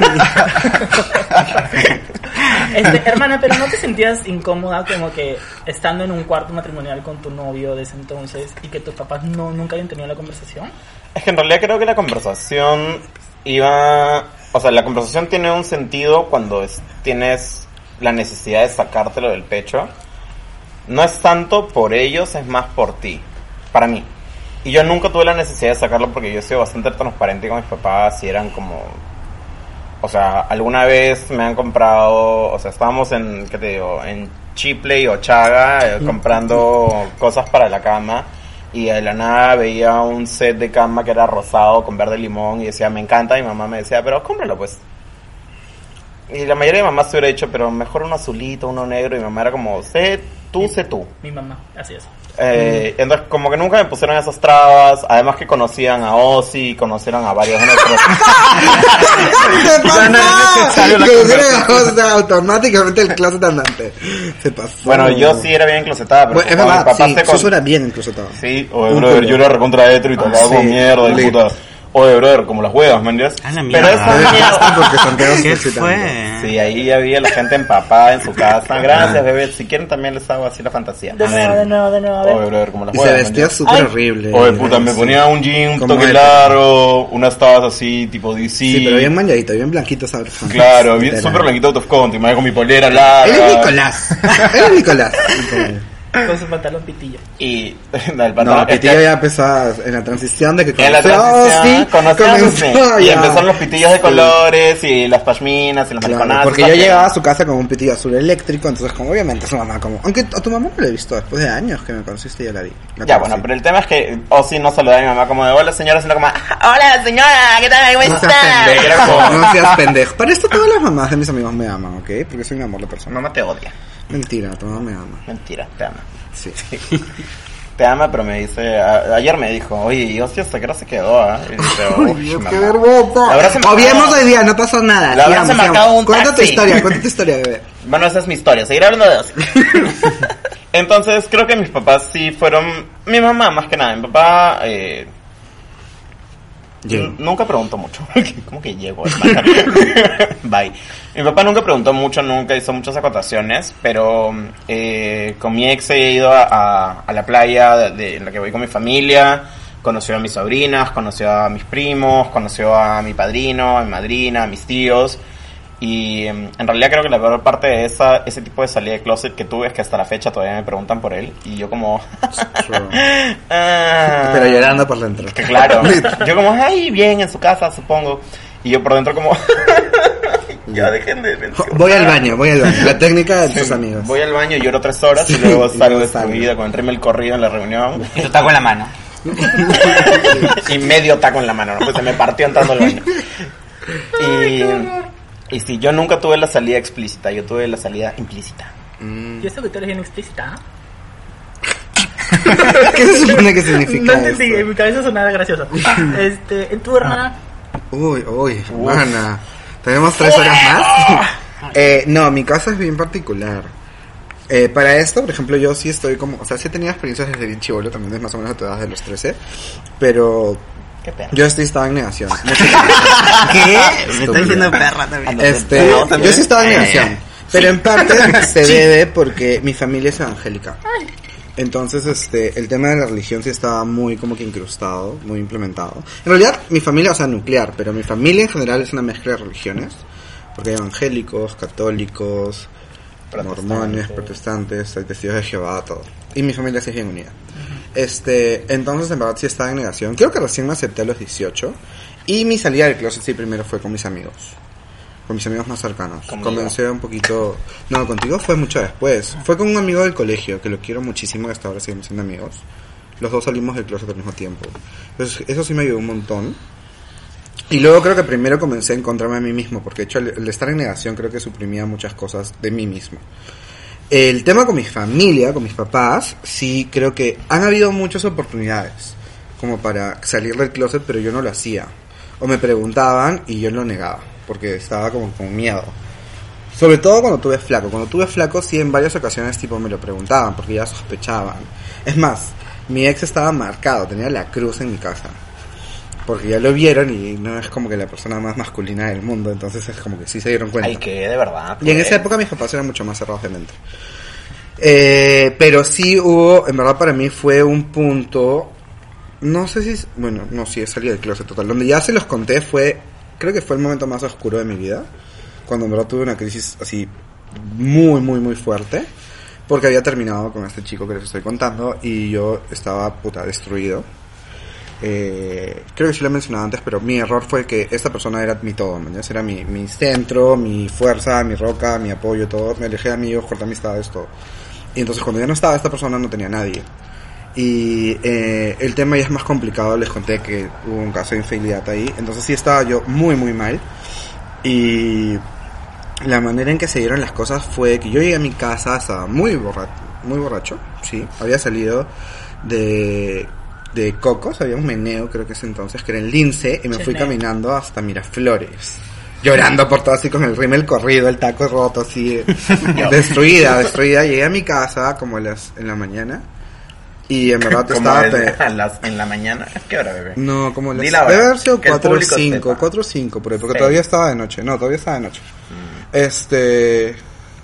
Este, hermana, pero ¿no te sentías incómoda como que estando en un cuarto matrimonial con tu novio de ese entonces y que tus papás no nunca habían tenido la conversación? Es que en realidad creo que la conversación iba... O sea, la conversación tiene un sentido cuando es- tienes la necesidad de sacártelo del pecho. No es tanto por ellos, es más por ti. Para mí. Y yo nunca tuve la necesidad de sacarlo porque yo he sido bastante transparente con mis papás y eran como... O sea, alguna vez me han comprado... O sea, estábamos en, ¿qué te digo? En Chipley o Chaga eh, comprando cosas para la cama. Y de la nada veía un set de cama que era rosado con verde limón y decía, me encanta. Y mi mamá me decía, pero cómpralo pues. Y la mayoría de mamás se hubiera dicho, pero mejor uno azulito, uno negro. Y mi mamá era como, sé tú, sé tú. Mi mamá, así es. Eh, entonces como que nunca me pusieron esas trabas, además que conocían a Ozzy, conocieron a varios de nuestros... ¡Se no era necesario la pasó! O sea, automáticamente el closet andante. Se pasó. Bueno, yo sí era bien enclosetada, pero Bueno, es como verdad, mi papá sí, se con- Suso era bien enclosetado. Sí, oye, Un brother, culo. yo era recontra hetero y te hablaba Sí, con mierda y lit. puta. Oye, brother, como las huevas, ¿me entiendes? A la Pero mierda. esa Debe mierda... pasar porque Santiago se ¿Qué está excitando. fue? Sí, ahí había la gente empapada en su casa. Gracias, bebé. Si quieren también les hago así la fantasía. De A nuevo, ver. de nuevo, de nuevo, a Oye, ver. brother, como las Y se huevas. ¿me vestía entiendes? súper Ay. horrible. Oye, puta, me Sí. ponía un jean un Como toque él. largo, unas tabas así, tipo D C. Sí, pero bien manchadito, bien blanquito esa persona. Claro, bien, Literal. súper blanquito out of content, me con mi polera larga. Él es Nicolás. Él es Nicolás. Con su pantalón pitillo. Y no, el pantalón- No, es que Pitillo ya empezó en la transición de que en la conoció a transición Ozzy, conoció a comenzó Ozzy, y ya. empezaron los pitillos de Sí. colores y las pashminas y los Claro, mariconazos. porque yo llegaba a su casa con un pitillo azul eléctrico, entonces como obviamente su mamá como... Aunque a tu mamá no la he visto después de años que me conociste y ya la vi. La Ya, conocí. bueno, pero el tema es que Ozzy no saludaba a mi mamá como de hola señora, sino como hola señora, ¿qué tal? ¿Cómo No seas está? pendejo, Era como, no seas pendejo. Para esto todas las mamás de mis amigos me aman, ¿ok? Porque soy un amor de persona. mamá te odia. Mentira, tu mamá me ama. Mentira, te ama. Sí. Te ama, pero me dice, a- ayer me dijo, oye, ¿y Ozzy hasta qué hora se quedó? Ah? Y dice, Uy, "Uy, Dios, mamá". qué vergüenza. La verdad se me Obviemos acabó. hoy día, no pasó nada. La verdad Sigamos, se me sigamos. acabó un Cuenta tu taxi. historia, cuenta tu historia, bebé. Bueno, esa es mi historia, seguir hablando de Ozzy. Entonces, creo que mis papás sí fueron, mi mamá más que nada, mi papá... Eh, Llegó. N- Nunca preguntó mucho. ¿Cómo que llego, hermana? Bye. Mi papá nunca preguntó mucho, nunca hizo muchas acotaciones, pero eh, con mi ex he ido a, a, a la playa de, de- en la que voy con mi familia, conoció a mis sobrinas, conoció a mis primos, conoció a mi padrino, a mi madrina, a mis tíos. Y em, en realidad creo que la peor parte de esa, ese tipo de salida de closet que tuve es que hasta la fecha todavía me preguntan por él. Y yo como... ah, Pero llorando por dentro. que claro, yo como, ay, bien, en su casa, supongo. Y yo por dentro como, ya dejen de mencionar. Voy al baño, voy al baño. La técnica de tus amigos. Voy al baño, lloro tres horas y Sí, luego y salgo luego salgo. destruida con el rímel corrido en la reunión. Y tu taco en la mano. Y medio taco en la mano, ¿no? Pues se me partió entrando al baño. Y, y sí, yo nunca tuve la salida explícita, yo tuve la salida implícita. Y eso que tú eres bien explícita. ¿Qué se supone que significa No entendí, esto? en mi cabeza sonaba gracioso. Este, en tu hermana. Uy, uy, hermana. ¿Tenemos tres horas más? eh, no, mi casa es bien particular. Eh, para esto, por ejemplo, yo sí estoy como... O sea, sí he tenido experiencias desde bien chivolo, también desde más o menos a tu edad de los trece. Pero Qué perro. yo sí estaba en negación. ¿Qué? Me está diciendo perra también. Este, No, también. yo sí estaba en negación. Pero en parte se debe porque mi familia es evangélica. Entonces, este, el tema de la religión sí estaba muy como que incrustado, muy implementado. En realidad, mi familia, o sea, nuclear, pero mi familia en general es una mezcla de religiones. Porque hay evangélicos, católicos, mormones, protestantes, hay testigos de Jehová, todo. Y mi familia sí es bien unida. Este, entonces en verdad sí estaba en negación. Creo que recién me acepté a los dieciocho. Y mi salida del closet sí primero fue con mis amigos. Con mis amigos más cercanos. Conmigo. Comencé un poquito... No, contigo fue mucho después. Fue con un amigo del colegio, que lo quiero muchísimo, que hasta ahora seguimos siendo amigos. Los dos salimos del closet al mismo tiempo. Entonces eso sí me ayudó un montón. Y luego creo que primero comencé a encontrarme a mí mismo, porque de hecho el, el estar en negación creo que suprimía muchas cosas de mí mismo. El tema con mi familia, con mis papás, sí creo que han habido muchas oportunidades como para salir del closet, pero yo no lo hacía. O me preguntaban y yo lo negaba, porque estaba como con miedo. Sobre todo cuando tuve flaco. Cuando tuve flaco sí en varias ocasiones tipo me lo preguntaban, porque ya sospechaban. Es más, mi ex estaba marcado, tenía la cruz en mi casa. Porque ya lo vieron y no es como que la persona más masculina del mundo, entonces es como que sí se dieron cuenta. Ay, que de verdad. Y en esa época mis papás eran mucho más cerrados de mente. Eh, pero sí hubo, en verdad para mí fue un punto, no sé si, bueno, no, sí, he salido del closet total. Donde ya se los conté fue, creo que fue el momento más oscuro de mi vida. Cuando en verdad tuve una crisis así muy, muy, muy fuerte. Porque había terminado con este chico que les estoy contando y yo estaba puta destruido. eh, creo que sí lo he mencionado antes, pero mi error fue que esta persona era mi todo, ¿me entiendes? Era mi, mi centro, mi fuerza, mi roca, mi apoyo, todo. Me alejé de amigos, corté amistades, todo. Y entonces cuando ya no estaba esta persona no tenía nadie. Y eh, el tema ya es más complicado, les conté que hubo un caso de infidelidad ahí. Entonces sí estaba yo muy muy mal. Y la manera en que se dieron las cosas fue que yo llegué a mi casa, estaba muy borracho, muy borracho, sí. Había salido de... de Cocos, había un meneo, creo que es entonces, que era en Lince, y me fui caminando hasta Miraflores, llorando por todo así con el rímel corrido, el taco roto, así, destruida, destruida. Llegué a mi casa como a las, en la mañana, y en verdad Como estaba... es, pe- a las- en la mañana. ¿Qué hora, bebé? No, como las... Di la hora, Debe haber sido que el cuatro o público cinco, sepa. cuatro o cinco por ahí, porque Sí. todavía estaba de noche, no, todavía estaba de noche. Mm. Este...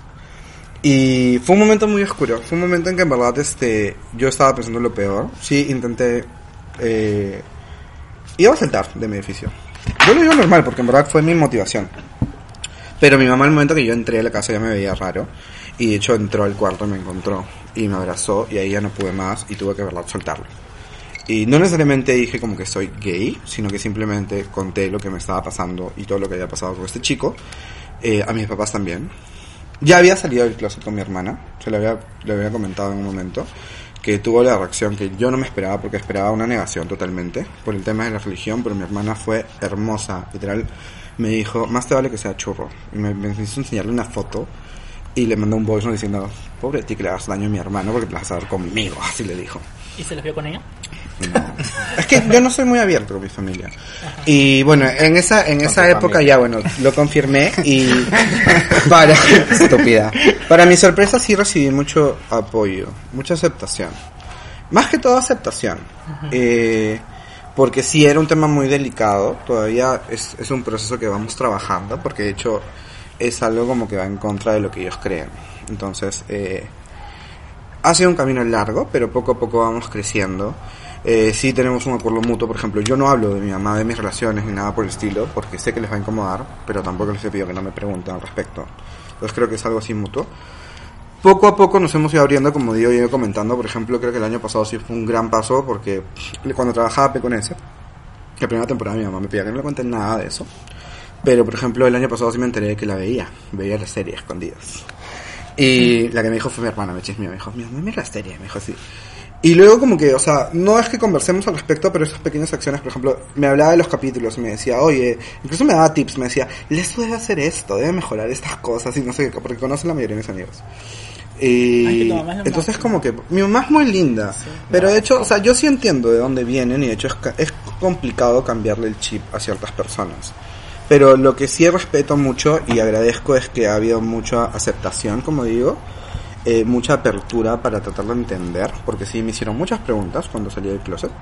Y fue un momento muy oscuro, fue un momento en que en verdad este, yo estaba pensando lo peor. Sí, intenté... Eh, iba a saltar de mi edificio. Yo lo digo normal porque en verdad fue mi motivación. Pero mi mamá al momento que yo entré a la casa ya me veía raro. Y de hecho entró al cuarto y me encontró. Y me abrazó y ahí ya no pude más y tuve que, en verdad, soltarlo. Y no necesariamente dije como que soy gay, sino que simplemente conté lo que me estaba pasando y todo lo que había pasado con este chico. Eh, a mis papás también. Ya había salido del closet con mi hermana, se lo había, le había comentado en un momento, que tuvo la reacción que yo no me esperaba, porque esperaba una negación totalmente por el tema de la religión, pero mi hermana fue hermosa, literal, me dijo, más te vale que sea churro, y me, me hizo enseñarle una foto, y le mandó un voice note diciendo, pobre de ti que le hagas daño a mi hermano, porque te la vas a dar conmigo, así le dijo. ¿Y se los vio con ella? No. Es que yo no soy muy abierto con mi familia. Y bueno, en esa en esa época ya, bueno, lo confirmé y para estúpida. Para mi sorpresa sí recibí mucho apoyo, mucha aceptación. Más que todo aceptación. Eh, porque sí era un tema muy delicado, todavía es, es un proceso que vamos trabajando, porque de hecho es algo como que va en contra de lo que ellos creen. Entonces, eh, ha sido un camino largo, pero poco a poco vamos creciendo. Eh, sí tenemos un acuerdo mutuo, por ejemplo, yo no hablo de mi mamá, de mis relaciones, ni nada por el estilo, porque sé que les va a incomodar, pero tampoco les he pedido que no me pregunten al respecto. Entonces creo que es algo así mutuo. Poco a poco nos hemos ido abriendo, como digo, y ido comentando. Por ejemplo, creo que el año pasado sí fue un gran paso, porque cuando trabajaba Peconense, la primera temporada mi mamá me pedía que no le cuente nada de eso. Pero, por ejemplo, el año pasado sí me enteré de que la veía, veía la serie Escondidas. Y la que me dijo fue mi hermana, me chismeó, me dijo, mi mamá mira la serie, me dijo así. Y luego como que, o sea, no es que conversemos al respecto, pero esas pequeñas acciones, por ejemplo, me hablaba de los capítulos y me decía, oye, incluso me daba tips, me decía, les debe hacer esto, debe mejorar estas cosas y no sé qué, porque conoce la mayoría de mis amigos. Y Ay, que tu mamá es lo entonces máximo. como que mi mamá es muy linda, pero de hecho, o sea, yo sí entiendo de dónde vienen y de hecho es, ca- es complicado cambiarle el chip a ciertas personas. Pero lo que sí respeto mucho y agradezco es que ha habido mucha aceptación, como digo, eh, mucha apertura para tratar de entender, porque sí me hicieron muchas preguntas cuando salí del closet.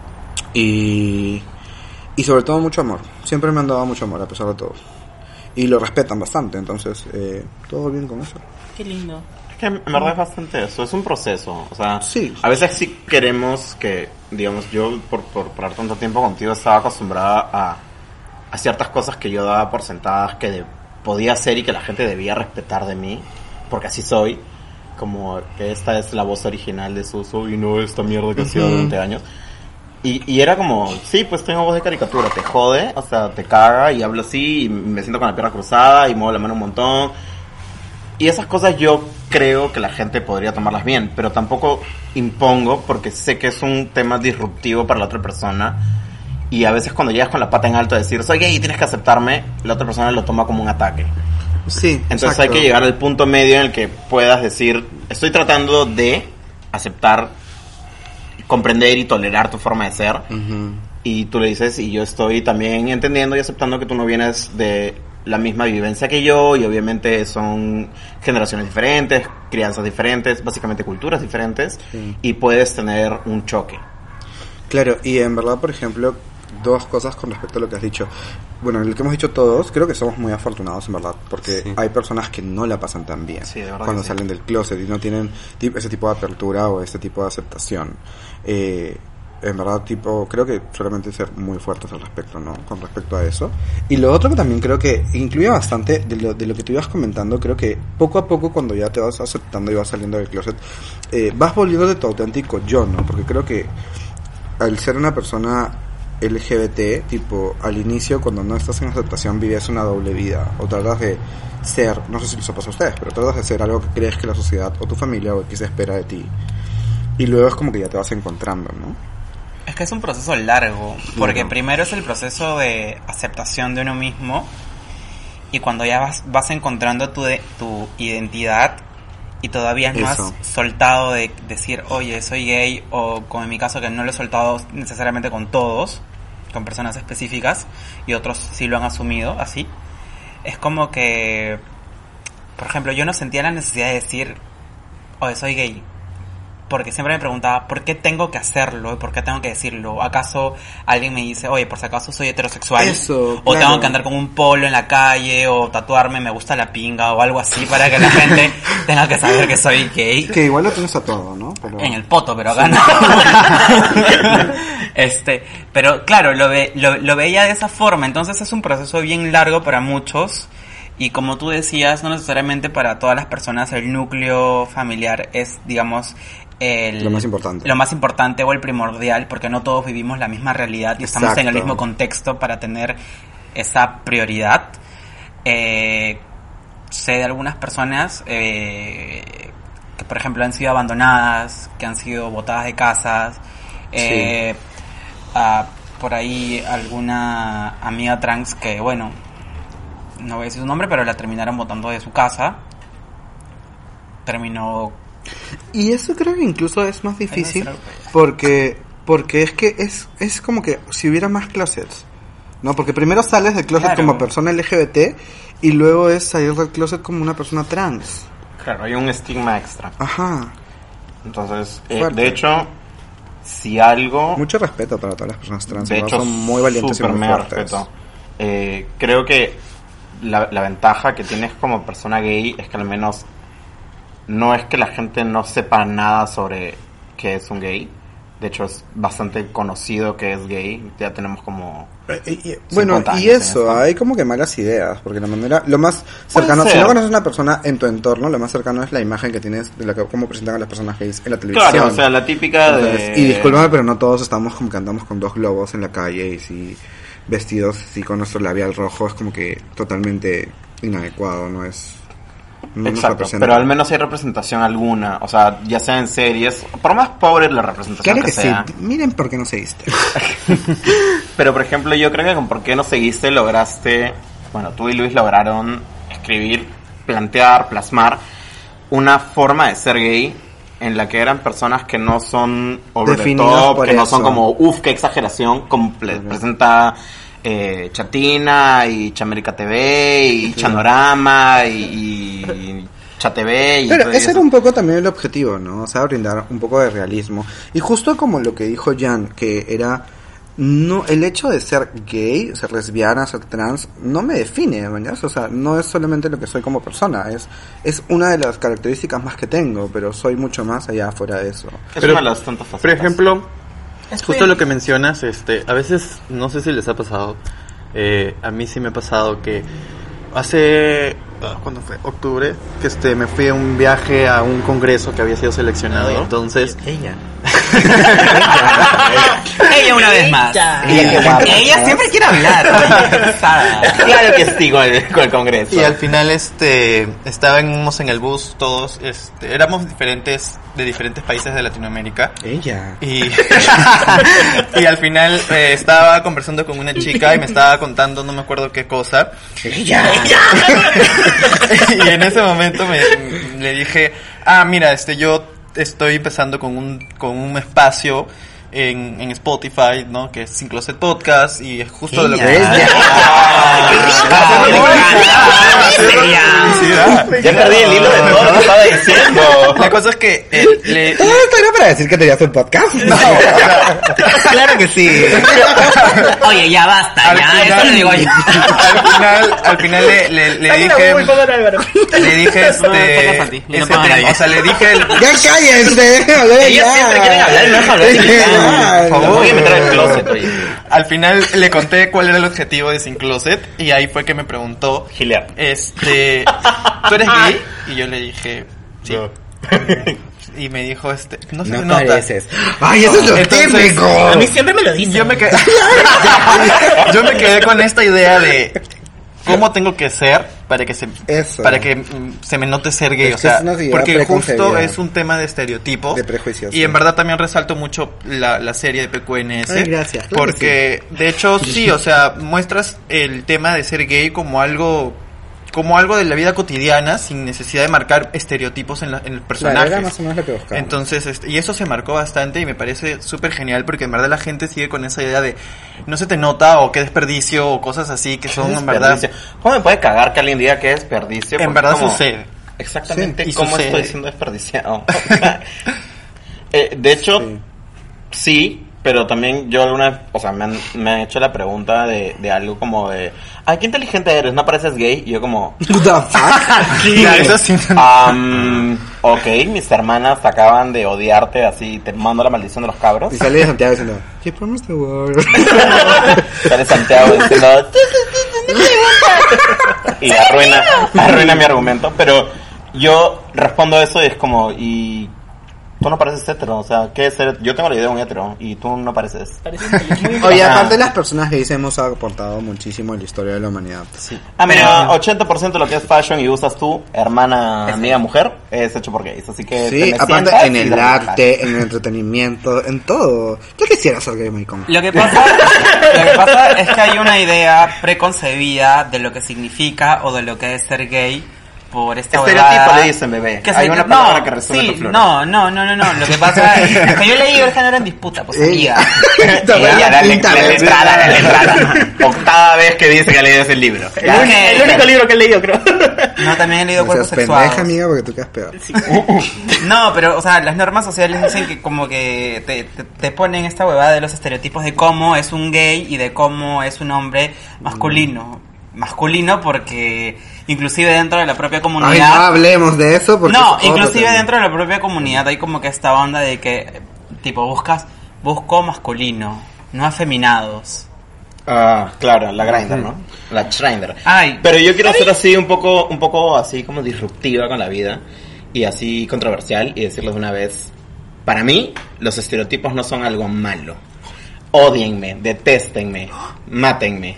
Y, y sobre todo mucho amor. Siempre me han dado mucho amor a pesar de todo. Y lo respetan bastante, entonces eh, todo bien con eso. Qué lindo. Es que en verdad es bastante eso, es un proceso. O sea, Sí. a veces sí queremos que, digamos, yo por, por parar tanto tiempo contigo estaba acostumbrada a, a ciertas cosas que yo daba por sentadas que de- podía hacer y que la gente debía respetar de mí, porque así soy. Como que esta es la voz original de Suso y no esta mierda que hacía Ujú. durante años. Y, y era como, sí, pues tengo voz de caricatura, te jode, o sea, te caga y hablo así y me siento con la pierna cruzada y muevo la mano un montón. Y esas cosas yo creo que la gente podría tomarlas bien, pero tampoco impongo porque sé que es un tema disruptivo para la otra persona. Y a veces cuando llegas con la pata en alto a decir, soy gay y tienes que aceptarme, la otra persona lo toma como un ataque. Sí, Entonces exacto. hay que llegar al punto medio en el que puedas decir, estoy tratando de aceptar, comprender y tolerar tu forma de ser. Ujú. Y tú le dices, y yo estoy también entendiendo y aceptando que tú no vienes de la misma vivencia que yo, y obviamente son generaciones diferentes, crianzas diferentes, básicamente culturas diferentes, Sí. y puedes tener un choque. Claro, y en verdad, por ejemplo, dos cosas con respecto a lo que has dicho. Bueno, lo que hemos dicho todos, creo que somos muy afortunados, en verdad, porque Sí. hay personas que no la pasan tan bien Sí, de verdad cuando que sí. salen del closet y no tienen tip- ese tipo de apertura o este tipo de aceptación. Eh, en verdad, tipo, creo que solamente ser muy fuertes al respecto, ¿no? Con respecto a eso. Y lo otro que también creo que incluye bastante de lo, de lo que tú ibas comentando, creo que poco a poco cuando ya te vas aceptando y vas saliendo del closet, eh, vas volviendo de tu auténtico yo, ¿no? Porque creo que al ser una persona L G B T, tipo, al inicio, cuando no estás en aceptación, vives una doble vida, o tratas de ser, no sé si les pasa a ustedes, pero tratas de ser algo que crees que la sociedad o tu familia o X espera de ti, y luego es como que ya te vas encontrando, ¿no? Es que es un proceso largo, porque Claro. primero es el proceso de aceptación de uno mismo, y cuando ya vas, vas encontrando tu, de, tu identidad, y todavía no has Eso. soltado de decir, oye, soy gay, o como en mi caso que no lo he soltado necesariamente con todos, con personas específicas, y otros sí lo han asumido así, es como que, por ejemplo, yo no sentía la necesidad de decir, oye, soy gay, porque siempre me preguntaba, ¿por qué tengo que hacerlo? ¿Por qué tengo que decirlo? ¿Acaso alguien me dice, oye, por si acaso soy heterosexual? Eso, O claro. tengo que andar con un polo en la calle, o tatuarme, me gusta la pinga, o algo así, para que la gente tenga que saber que soy gay. Que igual lo tienes a todo, ¿no? Pero... En el poto, pero acá no. este, pero claro, lo, ve, lo, lo veía de esa forma, entonces es un proceso bien largo para muchos. Y como tú decías, no necesariamente para todas las personas el núcleo familiar es, digamos, el, Lo más importante. lo más importante o el primordial, porque no todos vivimos la misma realidad y estamos en el Exacto. mismo contexto para tener esa prioridad. Eh, sé de algunas personas eh, que, por ejemplo, han sido abandonadas, que han sido botadas de casas. Eh, ah, por ahí alguna amiga trans que, bueno, no voy a decir su nombre, pero la terminaron botando de su casa. Terminó... Y eso creo que incluso es más difícil Ay, no sé. porque porque es que es es como que si hubiera más closets, ¿no? Porque primero sales del closet Claro. como persona L G B T y luego es salir del closet como una persona trans. Claro, hay un estigma extra. Ajá. Entonces, eh, Fuerte. de hecho, si algo... Mucho respeto para todas las personas trans. De ¿verdad? hecho, son muy valientes y súper muy mega fuertes. respeto. Eh, creo que la, la ventaja que tienes como persona gay es que al menos no es que la gente no sepa nada sobre qué es un gay. De hecho, es bastante conocido que es gay. Ya tenemos como... Eh, eh, eh, Bueno, cincuenta y años en eso, esto. hay como que malas ideas, porque la manera, lo más cercano, ser. si no conoces a una persona en tu entorno, lo más cercano es la imagen que tienes de la que, cómo presentan a las personas gays en la televisión. Claro, o sea, la típica Entonces, de... y discúlpame, pero no todos estamos como que andamos con dos globos en la calle y si vestidos así con nuestro labial rojo, es como que totalmente inadecuado, no es... No nos Exacto, representa. pero al menos hay representación alguna, o sea, ya sea en series, por más pobre la representación Claro que, que sí, sea. miren por qué no seguiste. Pero por ejemplo, yo creo que con por qué no seguiste lograste, bueno, tú y Luis lograron escribir, plantear, plasmar una forma de ser gay en la que eran personas que no son over the Definidos top, por que no son eso. como, uff, qué exageración, como ple- Ujú. presenta eh, Chatina y Chamérica T V y Chanorama y, y Chatv y Pero todo ese eso. era un poco también el objetivo, ¿no? O sea, brindar un poco de realismo. Y justo como lo que dijo Jan, que era... No, el hecho de ser gay, ser lesbiana, ser trans, no me define, ¿verdad? O sea, no es solamente lo que soy como persona, es es una de las características más que tengo, pero soy mucho más allá fuera de eso. Es Pero, una de las tantas facetas. Por ejemplo, Es justo que- lo que mencionas, este, a veces, no sé si les ha pasado, eh, a mí sí me ha pasado que hace, ah, ¿cuándo fue? Octubre, que este, me fui a un viaje a un congreso que había sido seleccionado, entonces... Ella. Ella una vez más. Ella. Ella, Ella, guapa. ella siempre quiere hablar. Claro que sí, con el, con el Congreso. Y al final este estábamos en el bus todos, este, éramos diferentes de diferentes países de Latinoamérica Ella. y y al final eh, estaba conversando con una chica y me estaba contando no me acuerdo qué cosa. Ella. Y en ese momento me le dije, "Ah, mira, este yo estoy empezando con un con un espacio en, en Spotify, ¿no? Que es Sin Closet Podcast y es justo de lo que Ella. Ya perdí el hilo de todo lo que estaba diciendo. La cosa es que eh, le, ¿Todo esto era para decir que tenías un podcast? No. Claro que sí. Oye, ya basta, al ya, final, eso lo digo yo. al final, al final le, le, le Ay, la dije, muy poco de Álvaro. le dije No, no este, pasa a ti, yo no ese pago a tema, nadie. o sea, le dije el, Ya cállense, déjenme hablar Ellos ya. siempre quieren hablar y no dejan hablar. Ya, Por favor. Voy a meter el closet, oye. al final le conté cuál era el objetivo de Sin Closet y ahí fue que me preguntó, Gilead. este, ¿tú eres gay? Y yo le dije, sí. y me dijo, este, no se No te nota. pareces. ¡Ay, eso es lo Entonces, típico! A mí siempre me lo dicen. Yo me quedé, yo me quedé con esta idea de cómo tengo que ser para que se Eso. para que mm, se me note ser gay, Es o que sea, es una idea porque justo preconcebida. es un tema de estereotipos De prejuicios, y sí. en verdad también resalto mucho la, la serie de P Q N S. Ay, gracias, claro que porque de hecho sí, o sea, muestras el tema de ser gay como algo como algo de la vida cotidiana sin necesidad de marcar estereotipos en, la, en el personaje. Claro, era más o menos lo que buscaba. Entonces, este, y eso se marcó bastante y me parece súper genial porque en verdad la gente sigue con esa idea de no se te nota o qué desperdicio o cosas así que son en verdad... Desperdicio. ¿Cómo me puede cagar que alguien diga que es desperdicio? En Porque verdad como- sucede. Exactamente, Sí, y ¿cómo sucede. estoy siendo desperdiciado? Eh, de hecho, Sí. sí. pero también yo alguna vez, o sea, me han, me han hecho la pregunta de, de algo como de, ay, qué inteligente eres, ¿no pareces gay? Y yo como, What the fuck? Sí, eso sí. um, ok, mis hermanas acaban de odiarte, así, te mando la maldición de los cabros. Y sale de Santiago diciendo, you promised the world. Sale Santiago diciendo, y arruina, arruina mi argumento, pero yo respondo eso y es como, y tú no pareces hetero, o sea, ¿qué es ser? Yo tengo la idea de un hetero y tú no pareces. Parece muy Oye, Ajá. aparte las personas gays hemos aportado muchísimo en la historia de la humanidad. Sí. Ah, mira, ochenta por ciento de lo que es fashion y usas tú, hermana, amiga, mujer, es hecho por gays, así que Sí, te me aparte sientas en y el te relajas. arte, en el entretenimiento, en todo. Yo quisiera ser gay, maricón. Lo que pasa, lo que pasa es que hay una idea preconcebida de lo que significa o de lo que es ser gay por esta Estereotipo huevada le dicen, bebé. que Hay se- una no, palabra que resume sí, tu flora. no, no, no, no, no. Lo que pasa es que yo leí el género en disputa, pues Ella. amiga. Esta fue Ella, la dale, quinta dale vez. entrada, dale entrada. Octava vez que dice que leído el libro. El, único, el único libro que he leído, creo. No, también he leído No cuerpos seas pendeja, sexuados. amiga, porque tú quedas peor. No, pero, o sea, las normas sociales dicen que como que te, te, te ponen esta huevada de los estereotipos de cómo es un gay y de cómo es un hombre masculino. Masculino porque inclusive dentro de la propia Ay, comunidad... no hablemos de eso porque No, es otro inclusive tema. dentro de la propia comunidad hay como que esta onda de que, tipo, buscas, busco masculino, no afeminados. Ah, claro, la grinder, ¿no? La grinder. Ay. Pero yo quiero ser así un poco, un poco así como disruptiva con la vida y así controversial y decirles de una vez, para mí los estereotipos no son algo malo. Ódienme, detéstenme, mátenme.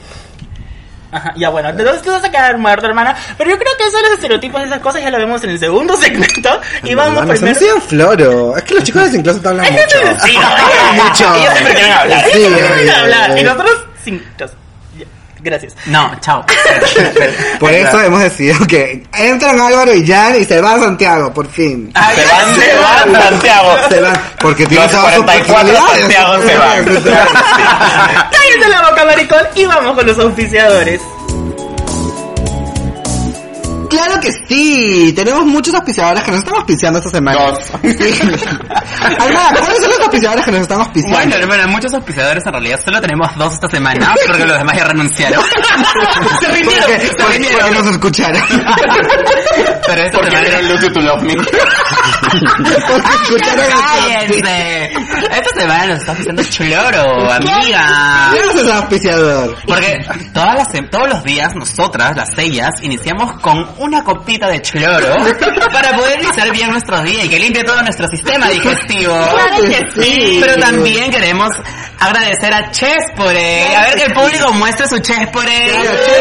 Ajá, ya bueno, entonces tú vas a quedar muerto, hermana. Pero yo creo que eso de los estereotipos y esas cosas ya lo vemos en el segundo segmento. Y vamos Nos primero. hemos ido en floro. Es que los chicos de sin closet hablan mucho. Sí, no, Mucho. ellos siempre quieren hablar. Sí, Ellos siempre quieren hablar. eh, Y nosotros sin. ya, Gracias. No, chao. Por eso hemos decidido que entran Álvaro y Jan y se va a Santiago, por fin. Ay, Se van, se van, Santiago. Se van, porque tienen Los todas sus cuarenta y cuatro personalidades. Santiago se van. Cállense la boca, maricón. Y vamos con los auspiciadores. Claro que sí, tenemos muchos auspiciadores que nos están auspiciando esta semana. Dos. Sí. Almada, ¿cuáles son los auspiciadores que nos están auspiciando? Bueno, hermana, muchos auspiciadores en realidad solo tenemos dos esta semana porque los demás ya renunciaron. Se rindieron. Porque, Se porque, rindieron. porque nos escucharon. Pero esta Porque semana... vieron Lose You to Love Me. Porque escucharon el ¡Cállense! Esta semana nos está auspiciando Chloro, amiga. ¿Quién es ese auspiciador? Porque todas las, sem- todos los días nosotras, las sellas, iniciamos con una copita de cloro para poder iniciar bien nuestro día y que limpie todo nuestro sistema digestivo. Claro que sí. Pero también queremos agradecer a Chespore. A ver que el público muestre su Chespore.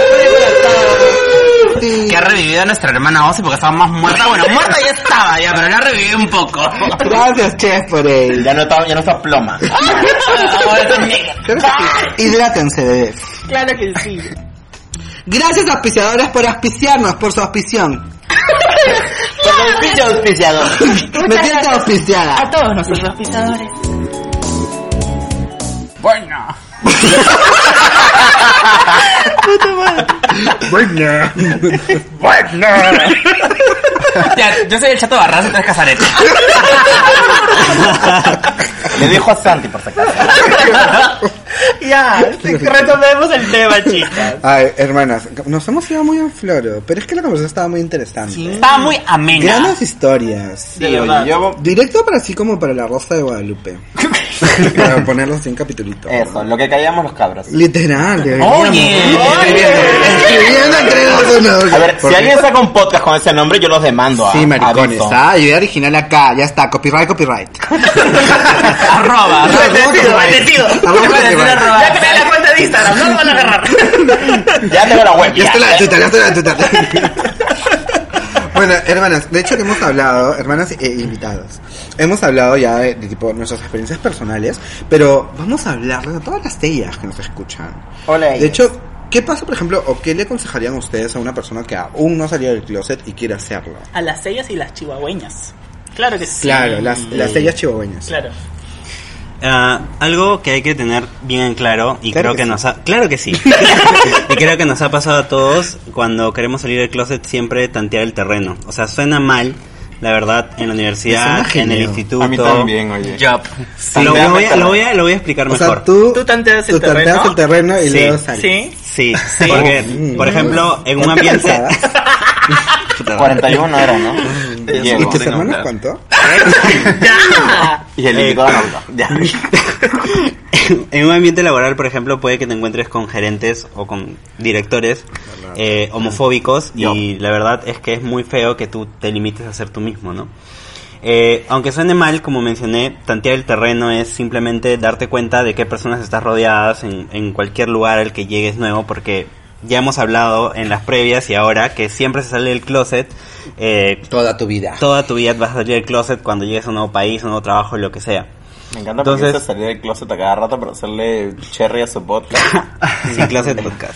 Sí. Que ha revivido a nuestra hermana Ozzy porque estaba más muerta. Bueno, muerta ya estaba ya, pero la ha revivido un poco. Gracias, chef, por ello. Ya no está, ya no está ploma. Ahora también. Claro que sí. Hidrátense, bebés. Claro que sí. Gracias, auspiciadores, por auspiciarnos, por su auspición. Por el pinche auspiciador. Me siento auspiciada. A todos nuestros auspiciadores. Bueno. Bueno. Bueno. Ya, yo soy el Chato Barras y tú eres Casarete. Le dijo a Santi por si acaso. Ya, retomemos el tema, chicas. Ay, hermanas, nos hemos ido muy en floro, pero es que la conversación estaba muy interesante. Estaba muy amena. Grandes historias. Sí, oye, yo... Directo para así como para la Rosa de Guadalupe. Para ponerlos en capitulito. Eso, lo que callamos los cabros. Literal, deberíamos. Oye, Oye. Escribiendo entre nosotros. A ver, ¿Por si qué? alguien saca un podcast con ese nombre, yo los demando. Sí, ah, maricones. aviso. Ah, idea original acá. Ya está. Copyright, copyright. Arroba, arroba. Bendecido, bendecido. Arroba copyright. Ya creé la cuenta de Instagram, no lo van a agarrar. Ya tengo la web. Ya Ya, está la ya. tuta, ya está la tuta. Bueno, hermanas, de hecho que hemos hablado, hermanas e invitados, hemos hablado ya de, de tipo nuestras experiencias personales, pero vamos a hablarles a todas las tellas que nos escuchan. Hola. De hecho, ¿qué pasa, por ejemplo, o qué le aconsejarían ustedes a una persona que aún no salió del closet y quiere hacerlo? A las sellas y las chihuahueñas. Claro que sí. Claro, las, las tellas chihuahueñas. Claro. Ah, algo que hay que tener bien en claro y Claro creo que que, sí. nos ha, claro que sí y creo que nos ha pasado a todos cuando queremos salir del closet, siempre tantear el terreno. O sea, suena mal, la verdad, en la universidad, Me suena en el genial. instituto. A mí también, oye. Yup. Sí, lo, lo voy a, lo, voy a, lo voy a explicar O mejor. sea, tú, Tú tanteas el tú tanteas terreno. el terreno y Sí. luego sales. ¿Sí? Sí, porque, Mm. por ejemplo, en un ¿Cuánto ambiente... calzabas? cuarenta y uno era, ¿no? ¿Y Diego. tus tengo hermanos claro. cuánto? ¡Ya! Y el indicador Nauta. Ya. En un ambiente laboral, por ejemplo, puede que te encuentres con gerentes o con directores eh, homofóbicos Yo. y la verdad es que es muy feo que tú te limites a ser tú mismo, ¿no? Eh, aunque suene mal, como mencioné, tantear el terreno es simplemente darte cuenta de qué personas estás rodeadas en, en cualquier lugar al que llegues nuevo, porque ya hemos hablado en las previas y ahora que siempre se sale del closet, eh, Toda tu vida. toda tu vida vas a salir del closet cuando llegues a un nuevo país, a un nuevo trabajo, lo que sea. Me encanta porque Entonces- se salía del closet a cada rato para hacerle cherry a su podcast. Sin closet podcast.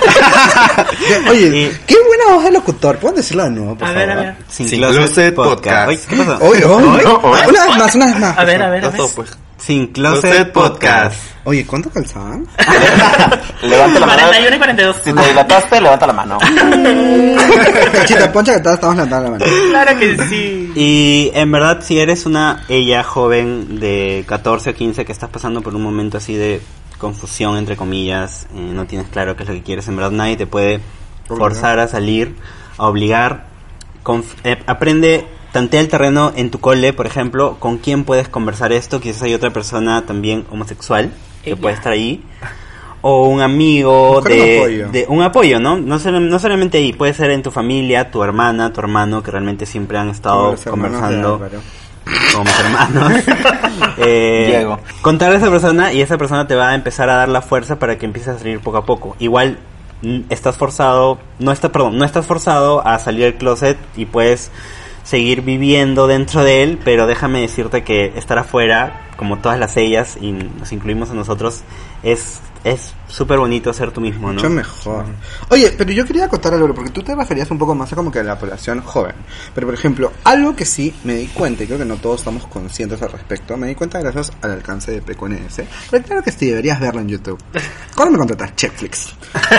Oye, Y- qué buena voz de locutor. ¿Pueden decirlo de nuevo, por A favor? ver, a ver. Sin, Sin closet, Closet podcast. Podcast. Oye, ¿qué pasó? Oye, oye. No, oye. Una vez más, una vez más. A ver, a ver, a Las ver. dos, pues. Sin closet, Closet podcast. Oye, ¿cuánto calzaban? Levanta la mano. cuarenta y uno y cuarenta y dos. Si te dilataste, levanta la mano. Cachita, poncha que todos estamos levantando la mano. Claro que sí. Y en verdad, si eres una ella joven de catorce o quince que estás pasando por un momento así de confusión, entre comillas, eh, no tienes claro qué es lo que quieres, en verdad nadie te puede forzar a salir, a obligar. Conf- eh, aprende, tantea el terreno en tu cole, por ejemplo, con quién puedes conversar esto. Quizás hay otra persona también homosexual que Ella. puede estar ahí. O un amigo Buscar un de, apoyo. de un apoyo, ¿no? No, solo- no solamente ahí, puede ser en tu familia, tu hermana, tu hermano, que realmente siempre han Como estado los hermanos de conversando Álvaro. con mis hermanos. eh, Diego. Contarle a esa persona y esa persona te va a empezar a dar la fuerza para que empieces a salir poco a poco. Igual mm, estás forzado, no está, perdón, no estás forzado a salir del closet y puedes seguir viviendo dentro de él, pero déjame decirte que estar afuera, como todas las ellas, y nos incluimos a nosotros, es es súper bonito ser tú mismo, ¿no? Mucho mejor. Oye, pero yo quería acotar algo, porque tú te referías un poco más a como que a la población joven. Pero, por ejemplo, algo que sí me di cuenta, y creo que no todos estamos conscientes al respecto, me di cuenta gracias al alcance de P Q N S. Pero claro que sí, deberías verlo en YouTube. ¿Cuándo me contratas? Checkflix.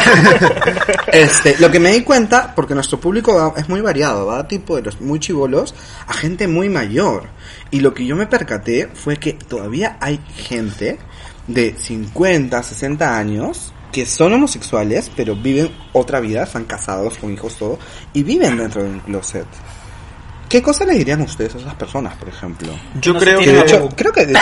este, lo que me di cuenta, porque nuestro público va- es muy variado, va tipo de los muy chivolos a gente muy mayor. Y lo que yo me percaté fue que todavía hay gente de cincuenta, sesenta años que son homosexuales, pero viven otra vida, están casados con hijos, todo, y viven dentro de un closet. ¿Qué cosa le dirían ustedes a esas personas, por ejemplo? Yo No se creo Que que... de hecho, creo que de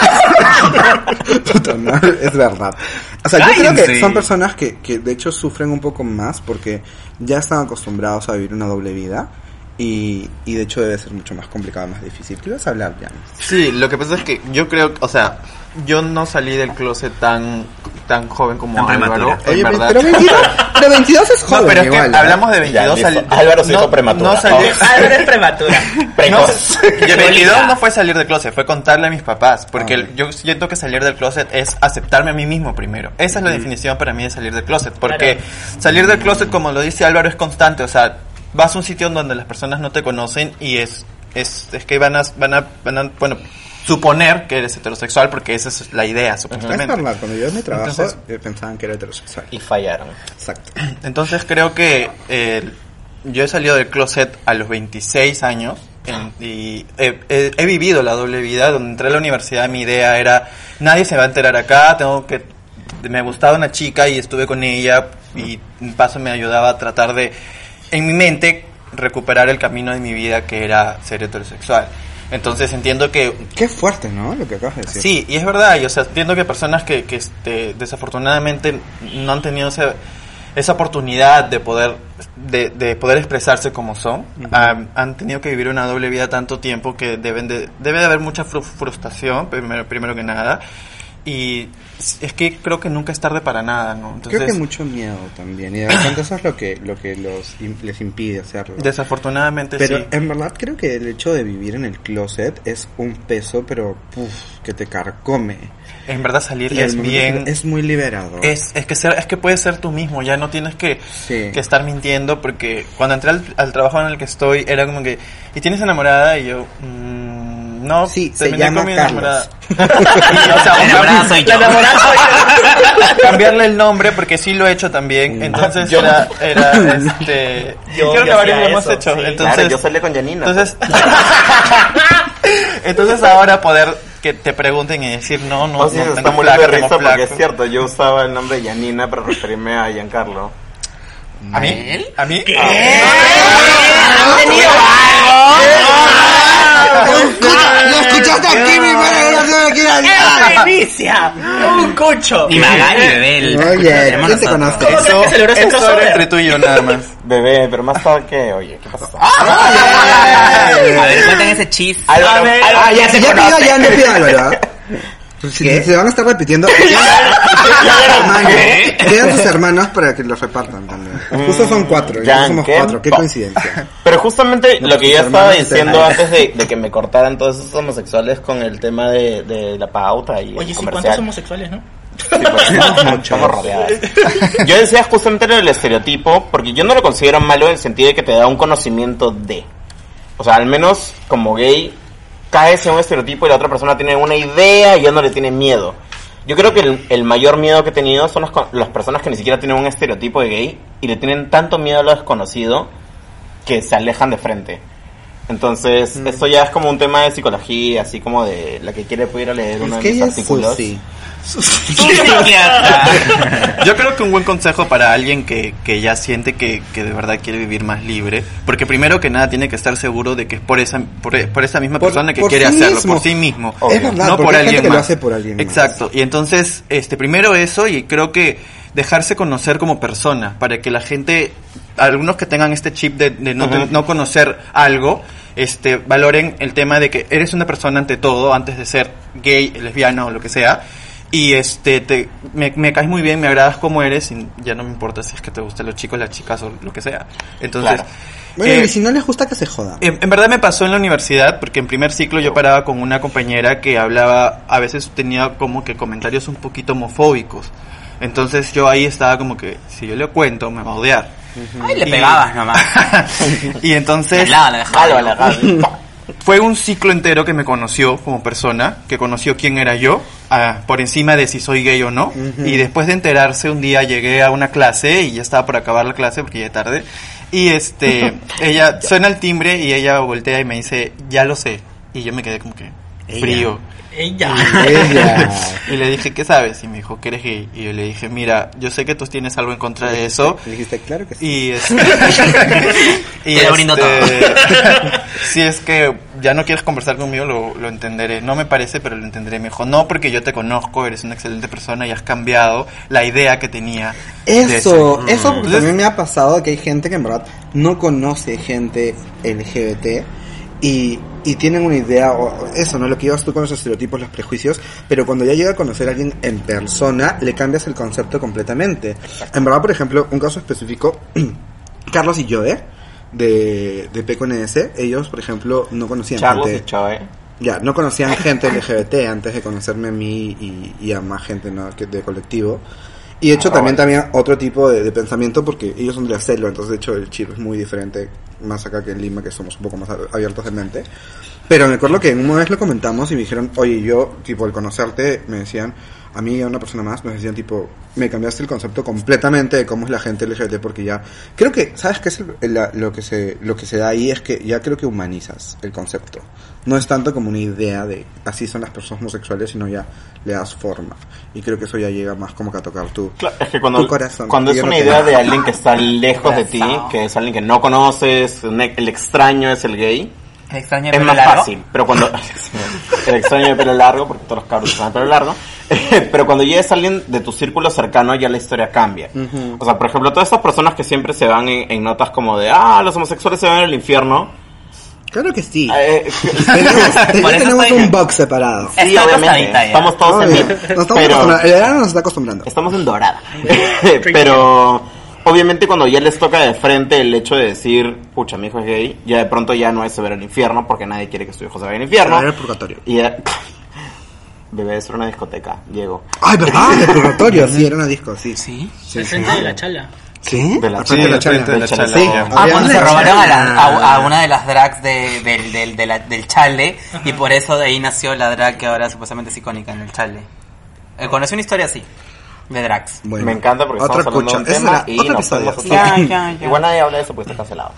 hecho... Puta madre, es verdad. O sea, yo creo que Cállense. son personas que, que de hecho sufren un poco más porque ya están acostumbrados a vivir una doble vida. Y, y de hecho debe ser mucho más complicado, más difícil. ¿Qué ibas a hablar, Jan? Sí, lo que pasa es que yo creo, o sea, yo no salí del closet tan tan joven como Tan Álvaro, prematuro. en Oye, verdad. pero veintidós, pero veintidós es joven No, pero es que igual, ¿no? hablamos de Ya, veintidós listo. sal- Álvaro se no, dijo prematuro. no salí, Álvaro es prematura. Precoz. Yo veintidós no fue salir del closet, fue contarle a mis papás, porque el- yo siento que salir del closet es aceptarme a mí mismo primero. Esa es la definición para mí de salir del closet, porque Claro. salir del closet, como lo dice Álvaro, es constante, o sea, vas a un sitio donde las personas no te conocen y es es, es que van a, van a van a bueno, suponer que eres heterosexual porque esa es la idea Es supuestamente. normal, cuando yo en mi trabajo Entonces- eh, pensaban que era heterosexual. Y fallaron. Exacto. Entonces creo que eh, yo he salido del closet a los veintiséis años en- y he, he- he vivido la doble vida. Donde entré a la universidad mi idea era, nadie se va a enterar acá, tengo que... Me gustaba una chica y estuve con ella y un paso me ayudaba a tratar de, en mi mente, recuperar el camino de mi vida que era ser heterosexual. Entonces entiendo que Qué fuerte, ¿no? Lo que acabas de decir. sí, y es verdad, y, o sea, entiendo que personas que, que este, desafortunadamente no han tenido ese, esa oportunidad de poder de, de poder expresarse como son, uh-huh. um, han tenido que vivir una doble vida tanto tiempo que deben de debe de haber mucha fru- frustración primero primero que nada. Y es que creo que nunca es tarde para nada, ¿no? Entonces, creo que mucho miedo también, y de repente eso es lo que lo que los les impide hacerlo. Desafortunadamente pero sí. Pero en verdad creo que el hecho de vivir en el closet es un peso, pero puf, que te carcome. En verdad salir y es bien, es muy liberador. Es es que ser, es que puedes ser tú mismo, ya no tienes que, sí. que estar mintiendo, porque cuando entré al, al trabajo en el que estoy era como que, ¿y tienes enamorada? Y yo, mmm, no, sí, se llama con mi Carlos. enamorada. Y, o sea, la enamorada soy yo. La enamorada soy yo. Cambiarle el nombre, porque sí lo he hecho también. Entonces yo. era, era, este, yo, creo que yo varios lo hacía hemos eso, hecho. sí. Entonces, Claro, yo salí con Janina. Entonces, entonces ahora poder que te pregunten y decir no, no, o sea, no se tengo está muriendo de placa, risa tengo porque es placa. cierto, yo usaba el nombre de Janina para referirme a Giancarlo. ¿A mí? ¿A mí? ¿Qué? ¿Han tenido ¡Lo escuchaste aquí, mi madre! ¡No se me quiere ¡Es primicia! ¡Un cucho! Ni Magali, bebé. El Oye, tenemos ¿quién te nosotros. conoce? ¿Cómo crees que celebró ese Eso crossover? era entre tú y yo nada más. Bebé, pero más tarde que, oye, ¿qué pasó? A ver, cuenten ese chiste. Álvaro, ver, Álvaro, ah, ya Si ya pidió, ya no pidió Álvaro. Si ¿Qué? se van a estar repitiendo, ¿Qué? quedan sus hermanos para que los repartan también. Justo son cuatro, y ya, nosotros somos ¿qué? cuatro, qué No. coincidencia. Pero justamente No, lo pues, que yo tus estaba hermanos diciendo te- antes de, de que me cortaran todos esos homosexuales con el tema de, de la pauta y Oye, el sí, comercial. ¿cuántos homosexuales, no? Sí, pues, estamos, estamos rodeados. Yo decía justamente en el estereotipo, porque yo no lo considero malo en el sentido de que te da un conocimiento de. O sea, al menos como gay, caes en un estereotipo y la otra persona tiene una idea y ya no le tiene miedo. Yo creo que el, el mayor miedo que he tenido son las, las personas que ni siquiera tienen un estereotipo de gay y le tienen tanto miedo a lo desconocido que se alejan de frente. Entonces, mm. esto ya es como un tema de psicología, así como de la que quiere puede ir a leer uno Es de que mis ella es artículos. Susi. Yo creo que un buen consejo para alguien que, que ya siente que, que de verdad quiere vivir más libre, porque primero que nada tiene que estar seguro de que es por esa por, por esa misma Por- persona que por quiere sí hacerlo, mismo. por sí mismo, Es verdad, no porque por hay gente alguien que lo más. hace por alguien más. Exacto. Y entonces, este, primero eso, y creo que dejarse conocer como persona, para que la gente, algunos que tengan este chip de, de no, Uh-huh. no conocer algo, este, valoren el tema de que eres una persona ante todo, antes de ser gay, lesbiana o lo que sea. Y este te, me, me caes muy bien, me agradas como eres, y ya no me importa si es que te gustan los chicos, las chicas o lo que sea. Entonces, Claro. Bueno, eh, y si no les gusta que se jodan. en, en verdad me pasó en la universidad, porque en primer ciclo yo paraba con una compañera que hablaba, a veces tenía como que comentarios un poquito homofóbicos. Entonces yo ahí estaba como que, si yo le cuento, me va a odiar. Ay, le Y- pegabas nomás. Y entonces... La, la dejaba. Jalo a la jalo. Fue un ciclo entero que me conoció como persona, que conoció quién era yo, ah, por encima de si soy gay o no. Ujú. Y después de enterarse, un día llegué a una clase y ya estaba por acabar la clase porque ya es tarde. Y este, ella suena el timbre y ella voltea y me dice, ya lo sé. Y yo me quedé como que Ella. frío. Ella. Ella. Y le dije, ¿qué sabes? Y me dijo, que eres gay. Y yo le dije, mira, yo sé que tú tienes algo en contra de eso. Le dijiste, claro que sí. Y este, y Te lo brindo si es que ya no quieres conversar conmigo, lo, lo entenderé. No me parece, pero lo entenderé. Me dijo, no, porque yo te conozco, eres una excelente persona y has cambiado la idea que tenía. de Eso, eso. eso porque Entonces- también me ha pasado que hay gente que en verdad no conoce gente L G B T y, y tienen una idea, o eso, ¿no? Lo que llevas tú con los estereotipos, los prejuicios, pero cuando ya llega a conocer a alguien en persona, le cambias el concepto completamente. En verdad, por ejemplo, un caso específico, Carlos y Joe, de, de P C N S, ellos, por ejemplo, no conocían Charlos y gente... Choe. Ya, no conocían gente L G B T antes de conocerme a mí y, y a más gente, ¿no? que de colectivo. Y de hecho Ah, también bueno. también otro tipo de, de pensamiento porque ellos son de la selva, entonces de hecho el chip es muy diferente más acá que en Lima, que somos un poco más abiertos de mente. Pero me acuerdo que en una vez lo comentamos y me dijeron, oye, yo, tipo, al conocerte, me decían, a mí y a una persona más, nos decían, tipo, me cambiaste el concepto completamente de cómo es la gente L G B T, porque ya, creo que, ¿sabes qué es el- la- lo que se lo que se da ahí? Es que ya creo que humanizas el concepto. No es tanto como una idea de así son las personas homosexuales, sino ya le das forma. Y creo que eso ya llega más como que a tocar tu, Claro, es que cuando, tu corazón. cuando es Yo no una te- idea de alguien que está lejos de ti, que es alguien que no conoces, un e- el extraño es el gay, El extraño de es pelo más largo. fácil, pero cuando el extraño de pelo largo, porque todos los cabros usan pelo largo, pero cuando llegues a alguien de tu círculo cercano ya la historia cambia. Ujú. O sea, por ejemplo, todas estas personas que siempre se van en, en notas como de, ah, los homosexuales se van al infierno. Claro que sí. Eh, Tenemos, Por eso tenemos estoy- un box separado. Está sí, obviamente, tostadita ya. estamos todos Obvio. en Nos estamos pero acostumbrando. El verano nos está acostumbrando. estamos en dorada. Pero obviamente cuando ya les toca de frente el hecho de decir, pucha, mi hijo es gay, ya de pronto ya no es se ver al infierno porque nadie quiere que su hijo se vaya al infierno. Era el purgatorio. Y ya- bebé, eso era una discoteca, Diego. Ay, ¿verdad? El purgatorio, sí, era una disco, sí. Sí. Sí, El sí. frente de la chala. ¿Sí? De la Al frente de la sí, al chala. frente de la chala. Sí. Ah, Ah, Había cuando se una robaron a, la- chala. a, a una de las drags de, del, del, de la- del chale y por eso de ahí nació la drag que ahora supuestamente es icónica en el chale. Eh, conocí una historia así, de drags. Bueno, Me encanta porque otro estamos hablando de un cucho. Ese tema era y otro nos episodio. podemos Ya, hacer- ya, ya. Igual nadie habla de eso porque está cancelado.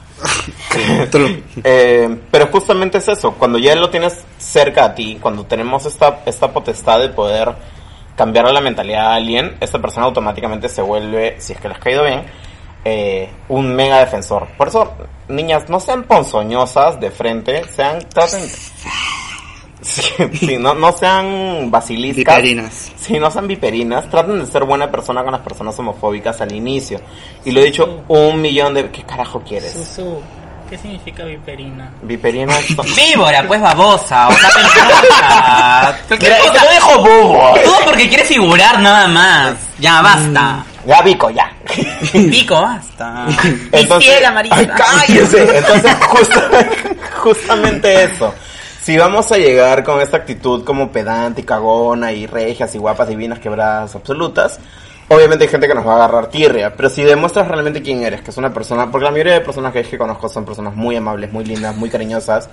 True. Eh, pero justamente es eso, cuando ya lo tienes cerca a ti, cuando tenemos esta, esta potestad de poder cambiar la mentalidad de alguien, esta persona automáticamente se vuelve, si es que les ha caído bien, eh, un mega defensor. Por eso, niñas, no sean ponzoñosas de frente, sean, traten, sí, sí, no, no sean basiliscas. Viperinas. Sí, no sean viperinas, traten de ser buena persona con las personas homofóbicas al inicio. Y lo he dicho un millón de... ¿Qué carajo quieres? Susu, ¿qué significa viperina? Viperinas son... Víbora, pues babosa, o sea, ¿qué importa? Cualquier Mira, cosa. te lo dejo bobo. Todo porque quiere figurar nada más. Ya, basta. Ya, Vico, ya. Pico, basta. Entonces- Quisiera, Marisa. Ay, cállese. Entonces, justa- justamente eso. Si vamos a llegar con esta actitud como pedante y cagona y regias y guapas, divinas, quebradas, absolutas, obviamente hay gente que nos va a agarrar tirria. Pero si demuestras realmente quién eres, que es una persona... Porque la mayoría de personas gays que conozco son personas muy amables, muy lindas, muy cariñosas.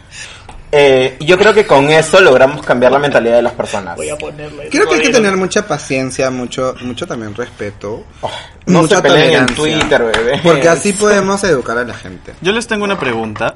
Eh, y yo creo que con eso logramos cambiar la mentalidad de las personas. Voy a ponerle. Creo que hay que tener mucha paciencia, mucho mucho también respeto. No mucha se peleen en tolerancia. Twitter, bebé. Porque así podemos educar a la gente. Yo les tengo una pregunta.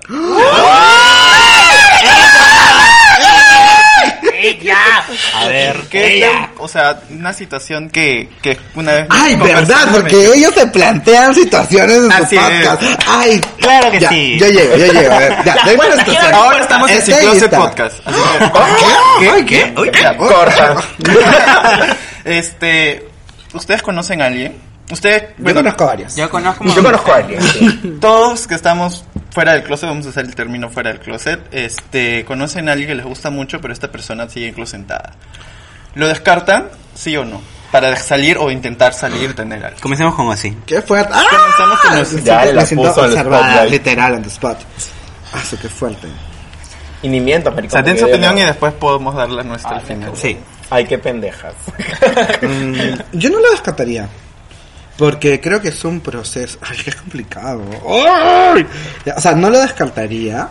A ver, ¿Qué tal? O sea, una situación que, que una vez... Ay, con verdad, personas me- porque ellos se plantean situaciones en su Así es. podcast. Ay, Claro que ya, sí. Yo llego, yo llego. A ver, ya, denme la cuenta, situación. Ahora estamos en Estoy Ciclose lista. Podcast. Así ¿Qué? ¿Qué? ¿Qué? Ya, Corta. que- este, ¿ustedes conocen a alguien? Ustedes, Yo bueno, conozco varios. yo conozco Yo conozco a alguien. sí. todos que estamos fuera del closet, vamos a usar el término fuera del closet, este, conocen a alguien que les gusta mucho, pero esta persona sigue enclosetada. ¿Lo descartan? ¿Sí o no? Para salir o intentar salir, tener algo. Comencemos con así. ¿Qué fuerte? ¡Ah! Comenzamos con los- Me Ya siento- la me siento puso en el observada, spotlight. literal, en the spot. Ah, sí, qué fuerte. Y ni mientas, O maricón. sea, den su porque opinión y no- después podemos dar la nuestra al final. Sí. Ay, qué pendejas. Mm, yo no lo descartaría. Porque creo que es un proceso. Ay, que es complicado. ¡Ay! Ya, o sea, no lo descartaría.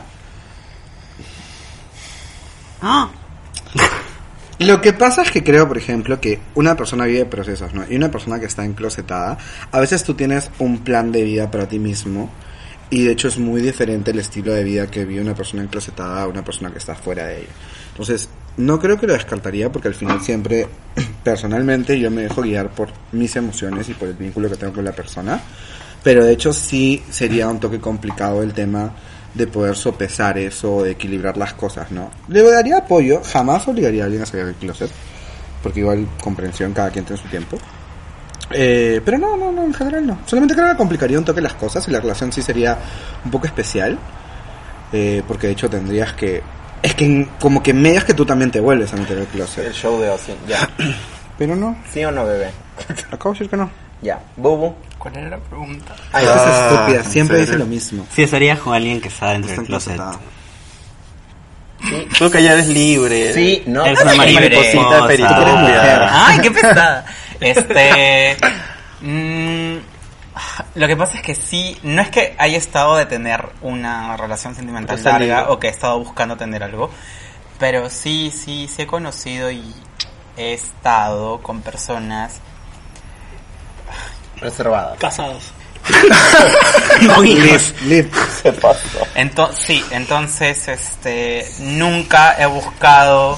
Ah. Lo que pasa es que creo, por ejemplo, que una persona vive procesos, ¿no? Y una persona que está enclosetada, a veces tú tienes un plan de vida para ti mismo. Y de hecho es muy diferente el estilo de vida que vive una persona enclosetada a una persona que está fuera de ella. Entonces, no creo que lo descartaría porque al final siempre, personalmente, yo me dejo guiar por mis emociones y por el vínculo que tengo con la persona. Pero de hecho sí sería un toque complicado el tema de poder sopesar eso, de equilibrar las cosas, ¿no? Le daría apoyo, jamás obligaría a alguien a salir del closet, porque igual comprensión, cada quien tiene su tiempo. Eh, pero no, no, no, en general no. Solamente creo que complicaría un toque las cosas y la relación sí sería un poco especial. Eh, porque de hecho tendrías que... Es que en- como que en medias que tú también te vuelves a meter al El closet. show de Ozzy. Ya. Pero no, ¿Sí o no, bebé? acabo de decir que no. Ya. Bubu. ¿Cuál era la pregunta? Ay, Esa ah, es estúpida, siempre ¿en dice serio? lo mismo. Si estarías con alguien que está dentro Está del closet. enclosetada. Tú que ya eres libre. Sí, no. Es una Libre. mariposita Mariposita peritópia. Ay, qué pesada. Este. mm, lo que pasa es que sí, no es que haya estado de tener una relación sentimental Está larga lindo. o que he estado buscando tener algo, pero sí, sí, sí he conocido y he estado con personas. Reservada. Casados. Live, live. Se pasó. Ento- sí, entonces, este, nunca he buscado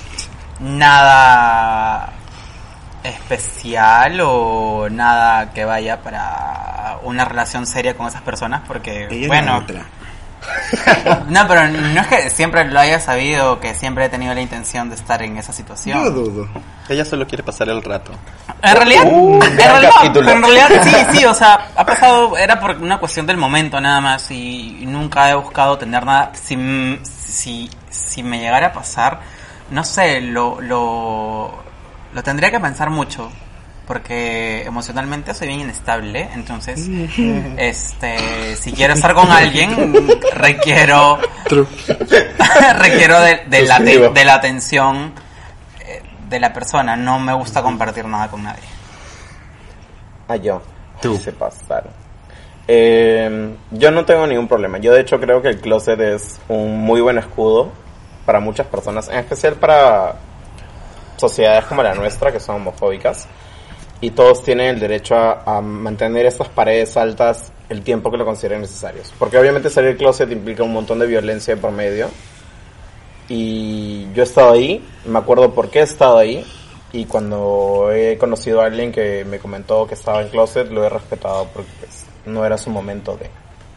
nada especial o nada que vaya para una relación seria con esas personas porque, Ella es la bueno, otra. No, pero no es que siempre lo haya sabido, que siempre he tenido la intención de estar en esa situación. Yo dudo. Ella solo quiere pasar el rato. En realidad, Uh, en, gran realidad capítulo. en realidad sí, sí, o sea, ha pasado, era por una cuestión del momento nada más y nunca he buscado tener nada. Si, si, si me llegara a pasar, no sé, lo, lo, lo tendría que pensar mucho. Porque emocionalmente soy bien inestable, entonces, este, si quiero estar con alguien, requiero, requiero de, de, la, de, de la atención eh, de la persona. No me gusta compartir nada con nadie. Ah, yo. Tú. Se pasaron. Eh, yo no tengo ningún problema. Yo de hecho creo que el closet es un muy buen escudo para muchas personas, en especial para sociedades como la nuestra, que son homofóbicas. Y todos tienen el derecho a, a mantener estas paredes altas el tiempo que lo consideren necesarios. Porque obviamente salir del closet implica un montón de violencia por medio. Y yo he estado ahí, me acuerdo por qué he estado ahí. Y cuando he conocido a alguien que me comentó que estaba en closet, lo he respetado porque pues, no era su momento de...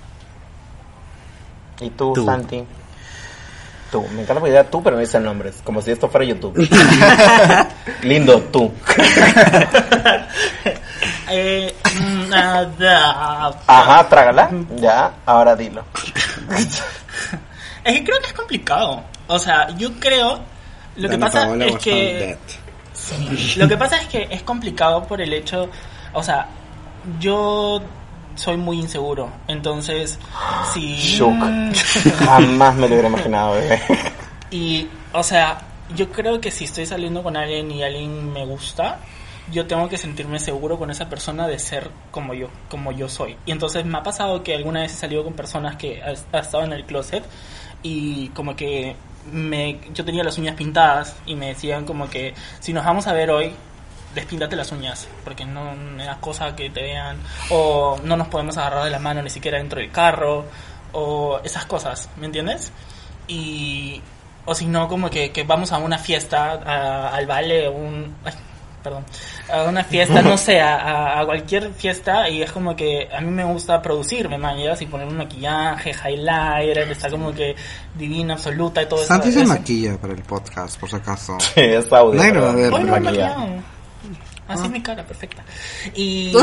¿Y tú, Tú. Santi? Tú. Me encanta la idea tú, pero no dicen nombres. Como si esto fuera YouTube. Lindo, tú. eh, nada. Ajá, trágala. Ya, ahora dilo. Es que creo que es complicado. O sea, yo creo... Lo que Dana pasa Paola es was que... found dead. Lo que pasa es que es complicado por el hecho... O sea, yo soy muy inseguro. Entonces, si... Shook. Jamás me lo hubiera imaginado, bebé. Y, o sea, yo creo que si estoy saliendo con alguien y alguien me gusta, yo tengo que sentirme seguro con esa persona de ser como yo, como yo soy. Y entonces me ha pasado que alguna vez he salido con personas que ha, ha estado en el closet y como que me, yo tenía las uñas pintadas y me decían como que si nos vamos a ver hoy, despíntate las uñas, porque no me da cosa que te vean, o no nos podemos agarrar de la mano ni siquiera dentro del carro, o esas cosas, ¿me entiendes? Y... O si no, como que, que vamos a una fiesta, a, al baile, un... Ay, perdón. A una fiesta, no sé, a, a cualquier fiesta, y es como que a mí me gusta producirme, man, llegas y poner un maquillaje, highlighter, está como que divina, absoluta y todo eso. Santi se eso. maquilla para el podcast, por si acaso. Sí, es audio. Nadie lo va a pero ver. Hoy no me he maquillado. maquillado. Así es mi cara, perfecta. Y...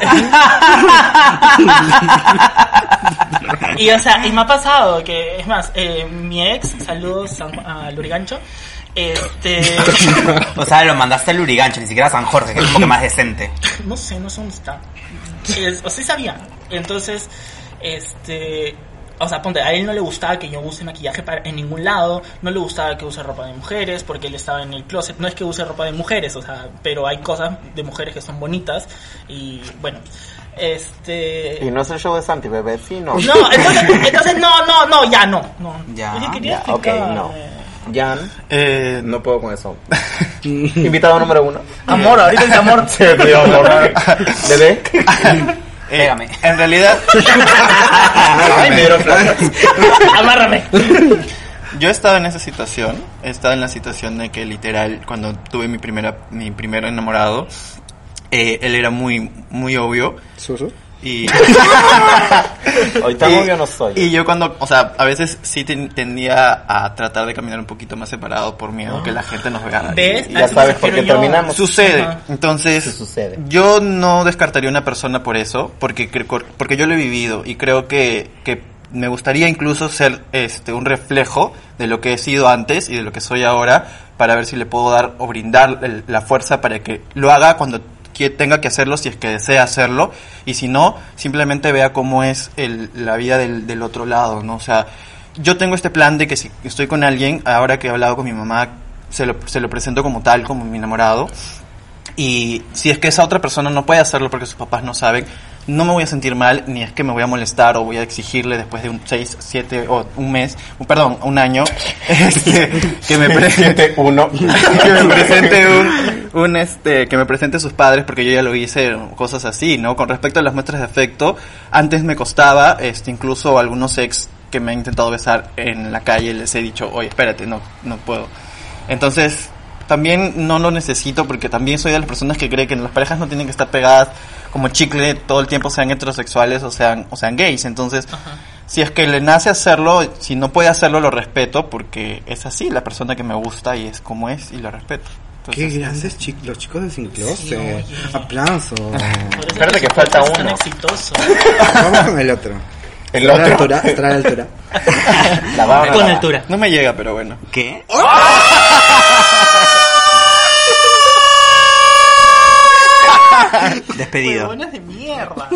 y, o sea, y me ha pasado que, es más, eh, mi ex, saludos a, a Lurigancho, este... O sea, lo mandaste al Lurigancho, ni siquiera a San Jorge, que es un poco más decente. no sé, no sé dónde está. Es, o sea, sabía. Entonces, este... O sea, ponte, a él no le gustaba que yo use maquillaje para, en ningún lado, no le gustaba que use ropa de mujeres, porque él estaba en el closet. No es que use ropa de mujeres, o sea, pero hay cosas de mujeres que son bonitas, y bueno, este... Y no es el show de Santi, bebé, sí, no. No, entonces, entonces no, no, no, ya no. no. Ya, Oye, quería ya, ok, explicar, no. eh, Jan, Eh, no puedo con eso. Invitado número uno. Amor, ahorita es amor. Sí, sí, amor. Bebé. eh, Pégame. En realidad, Ay, me dieron flashbacks. Amárrame. yo he estado en esa situación. He estado en la situación de que literal, cuando tuve mi primera, mi primer enamorado, eh, él era muy, muy obvio. ¿Susu? Y, Hoy tan obvio no soy. y yo cuando, o sea, a veces sí ten- tendía a tratar de caminar un poquito más separado por miedo que la gente nos vea. ¿Ves? Y ya sabes por qué terminamos. Sucede. Ajá. Entonces, Sí sucede. yo no descartaría una persona por eso, porque cre- porque yo lo he vivido y creo que, que me gustaría incluso ser este un reflejo de lo que he sido antes y de lo que soy ahora, para ver si le puedo dar o brindar el- la fuerza para que lo haga cuando que tenga que hacerlo, si es que desea hacerlo, y si no, simplemente vea cómo es el, la vida del, del otro lado, ¿no? O sea, yo tengo este plan de que si estoy con alguien, ahora que he hablado con mi mamá, se lo, se lo presento como tal, como mi enamorado, y si es que esa otra persona no puede hacerlo porque sus papás no saben, no me voy a sentir mal, ni es que me voy a molestar o voy a exigirle después de un seis, siete o un mes, un, perdón, un año, este, que me presente uno. que me presente un, un este, que me presente sus padres, porque yo ya lo hice, cosas así, ¿no? Con respecto a las muestras de afecto, antes me costaba, este, incluso algunos ex que me han intentado besar en la calle les he dicho, oye, espérate, no, no puedo. Entonces, también no lo necesito, porque también soy de las personas que cree que las parejas no tienen que estar pegadas como chicle todo el tiempo, sean heterosexuales o sean o sean gays. Entonces, Ajá. si es que le nace hacerlo, si no puede hacerlo, lo respeto porque es así, la persona que me gusta y es como es y lo respeto. Entonces, Qué grandes chicos, los chicos de Sin Closet. Aplausos. Espérate que falta Es tan uno. exitoso. Vamos con el otro. El ¿Estará a la otro. altura? ¿Estará a la altura? La baba, Con la- altura. no me llega, pero bueno. ¿Qué? Despedido. Huevonas de mierda.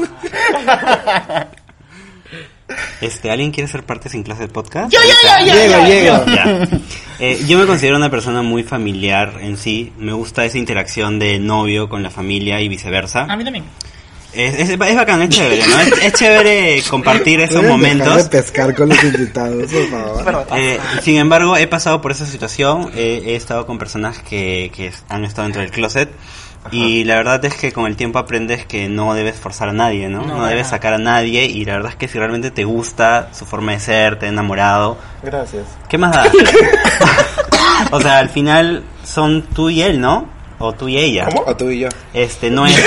Este, ¿alguien quiere ser parte Sin Clase del podcast? Yo, yo, yo, yo, Llego, yo, llego. yo. Ya. Eh, yo me considero una persona muy familiar en sí. Me gusta esa interacción de novio con la familia y viceversa. A mí también. Es, es, es bacán, es chévere, ¿no? Es, es chévere compartir esos ¿Pueden dejar momentos. de pescar con los invitados, por favor? Eh, sin embargo, he pasado por esa situación. eh, he estado con personas que, que han estado dentro del closet. Y la verdad es que con el tiempo aprendes que no debes forzar a nadie, ¿no? No, No, debes ajá. sacar a nadie. Y la verdad es que si realmente te gusta su forma de ser, te ha enamorado, Gracias. ¿qué más da? O sea, al final son tú y él, ¿no? O tú y ella. ¿Cómo? O tú y yo. Este, no es...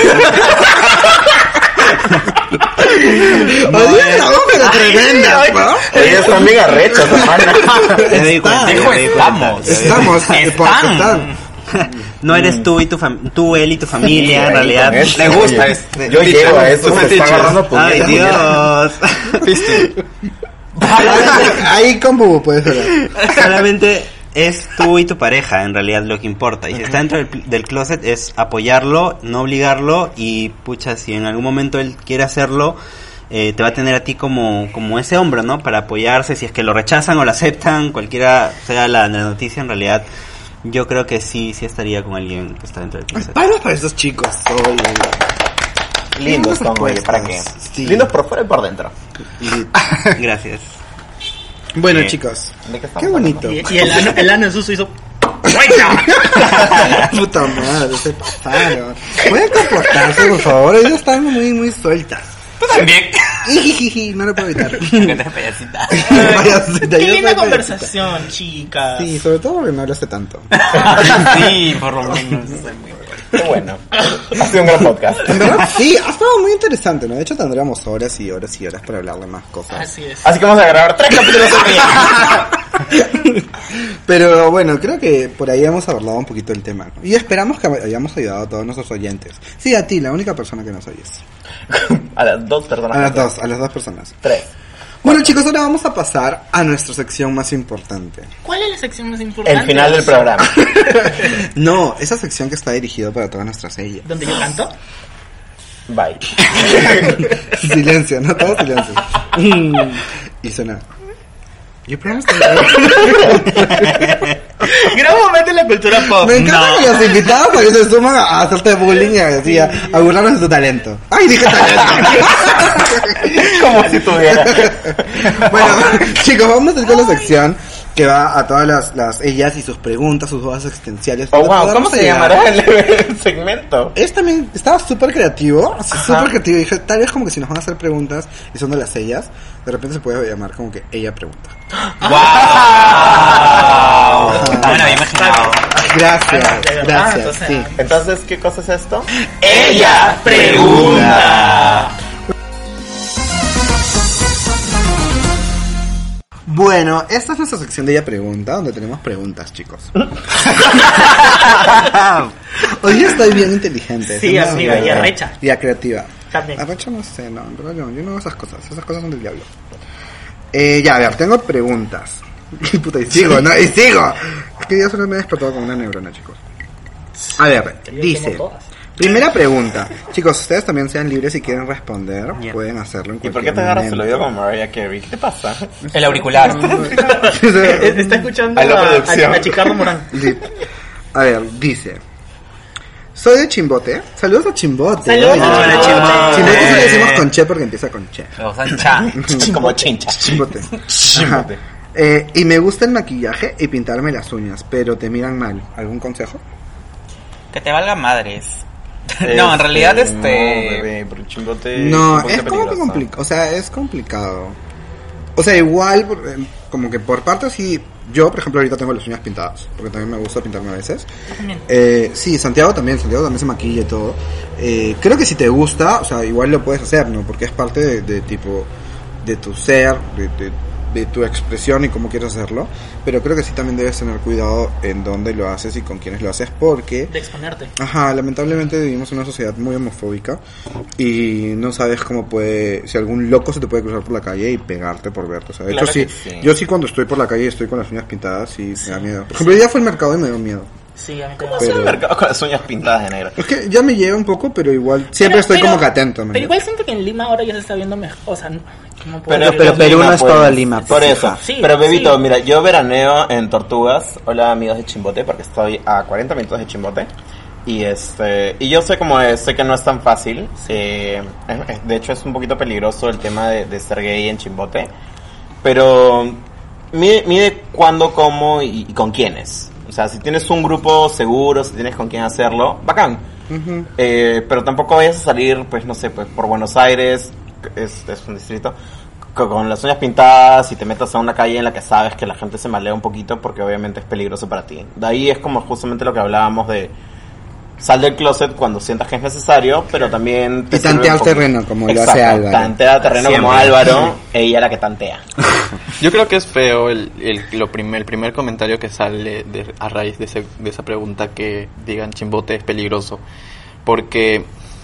Oye, la ópera tremenda, ¿no? Ellos están bien arrechos, hermana. Ya me di cuenta, ya me di cuenta. Estamos, porque Están. No eres tú y tu fam- tú, él y tu familia, en realidad. Le gusta. Yo llego a eso, se está agarrando Ay, puñetas. Dios. Ahí con Bubu puedes hablar. Solamente es tú y tu pareja, en realidad, lo que importa. Y si está dentro del, del closet es apoyarlo, no obligarlo. Y, pucha, si en algún momento él quiere hacerlo, eh, te va a tener a ti como, como ese hombro, ¿no? Para apoyarse, si es que lo rechazan o lo aceptan, cualquiera sea la, la noticia, en realidad... Yo creo que sí, sí estaría con alguien que está dentro del closet. Palmas para esos chicos. Oye. Lindos son, oye, ¿para qué? Sí. Lindos por fuera y por dentro. Gracias. Bueno, Eh, chicos. ¿De qué estamos Qué bonito. Y, y el ano, el ano en Suso hizo. Puta madre, se pasaron. ¿Pueden comportarse, por favor? Ellos están muy, muy sueltas. Tú también. Ijijiji, no lo puedo evitar. Que te payasita. Payasita, Qué yo linda soy conversación, chicas. Sí, sobre todo porque no lo sé tanto. Sí, por lo menos. Soy muy bueno. Qué bueno. Ha sido un gran podcast. En verdad, sí, ha estado muy interesante, ¿no? De hecho, tendríamos horas y horas y horas para hablar de más cosas. Así es. Así que vamos a grabar tres capítulos al día. Pero bueno, creo que por ahí hemos abordado un poquito el tema, ¿no? Y esperamos que hayamos ayudado a todos nuestros oyentes. Sí, a ti, la única persona que nos oyes. A las dos personas. A las dos, a las dos personas. Tres. Bueno, chicos, ahora vamos a pasar a nuestra sección más importante. ¿Cuál es la sección más importante? El final del programa. No, esa sección que está dirigida para todas nuestras ellas. ¿Donde yo canto? Bye. Silencio, no todo silencio. Mm, y suena. Yo programa Gran momento en la cultura pop. Me encanta No. que los invitados porque se suman a hacerte bullying y así, a, a burlarnos de tu talento. ¡Ay, dije talento! Como si tuviera. Bueno, chicos, vamos a ir con la sección que va a todas las, las ellas y sus preguntas, sus dudas existenciales. Oh, para wow. poder ¿Cómo se llegar. llamará el, el segmento? Es también, estaba súper creativo, así, súper creativo. Dije, tal vez como que si nos van a hacer preguntas y son de las ellas, de repente se puede llamar como que ella pregunta. ¡Wow! No me lo había imaginado. Gracias, Ah, de verdad, gracias, o sea. sí. Entonces, ¿qué cosa es esto? Ella pregunta. Bueno, esta es nuestra sección de ella pregunta, donde tenemos preguntas, chicos. Hoy día estoy bien inteligente. Sí, ¿no? amiga, y arrecha. Y creativa. También. Arrecha no sé, no, en verdad yo, yo no hago esas cosas, esas cosas son del diablo. Eh, ya, a ver, tengo preguntas. Y puta, y sigo, ¿no? Y sigo. Es que yo solo me he despertado con una neurona, chicos. A ver, Yo dice... tengo todas. Primera pregunta. Chicos, ustedes también sean libres si quieren responder. Yeah. Pueden hacerlo en ¿Y cualquier por qué te agarras el momento. oído como Mariah Carey? ¿Qué te pasa? El auricular. Está escuchando A la a, producción. a, a Chicardo Morán. Lit. A ver, dice... Soy de Chimbote. Saludos a Chimbote. Saludos Oye, a Hola, Chimbote. Chimbote se le Eh. decimos con che porque empieza con che. O sea, cha. Como chincha. Chimbote. Chimbote. Ajá. Eh, y me gusta el maquillaje y pintarme las uñas, pero te miran mal. ¿Algún consejo? Que te valga madres. No, en realidad Este, este... No, bebé, pero chimbote... No, chimbote es como que peligroso. complicado. O sea, es complicado. O sea, igual, por- eh, como que por parte sí. Yo, por ejemplo, ahorita tengo las uñas pintadas, porque también me gusta pintarme a veces. También. Eh, sí, Santiago también, Santiago también se maquilla y todo. Eh, creo que si te gusta, o sea, igual lo puedes hacer, ¿no? Porque es parte de, de tipo de tu ser, de, de, de tu expresión y cómo quieres hacerlo, pero creo que sí también debes tener cuidado en dónde lo haces y con quiénes lo haces, porque De exponerte. ajá, lamentablemente vivimos en una sociedad muy homofóbica y no sabes cómo puede, si algún loco se te puede cruzar por la calle y pegarte por verte. O sea, de Claro hecho, sí, que sí. yo sí cuando estoy por la calle y estoy con las uñas pintadas y me da miedo. Por ejemplo, hoy día fue al mercado y me dio miedo. Sí, a mí ¿Cómo también. hace el mercado con las uñas pintadas de negro? Es que ya me llega un poco, pero igual siempre Pero- estoy pero- como que atento. ¿me Pero igual entiendes? siento que en Lima ahora ya se está viendo mejor. O sea, no, ¿cómo puedo Pero, decirlo? pero Perú Lima, no es pues. todo Lima, Por pues, eso. sí, pero Bebito, sí. mira, yo veraneo en Tortugas. Hola amigos de Chimbote, porque estoy a cuarenta minutos de Chimbote. Y este y yo sé cómo es, sé que no es tan fácil. Eh, es- es- de hecho es un poquito peligroso el tema de, de ser gay en Chimbote. Pero mide, mide cuándo, cómo y, y con quiénes. O sea, si tienes un grupo seguro, si tienes con quién hacerlo, bacán. Eh, pero tampoco vayas a salir, pues no sé, pues por Buenos Aires, es, es un distrito, co- con las uñas pintadas y te metas a una calle en la que sabes que la gente se malea un poquito porque obviamente es peligroso para ti. De ahí es como justamente lo que hablábamos de sal del closet cuando sientas que es necesario, pero también te Y sirve tantear un poquito. terreno, como lo Exacto, hace Álvaro. Tantea terreno como Siempre. Álvaro, ella la que tantea. Yo creo que es feo el, el, lo primer, el primer comentario que sale de, a raíz de, ese, de esa pregunta que digan Chimbote es peligroso. Porque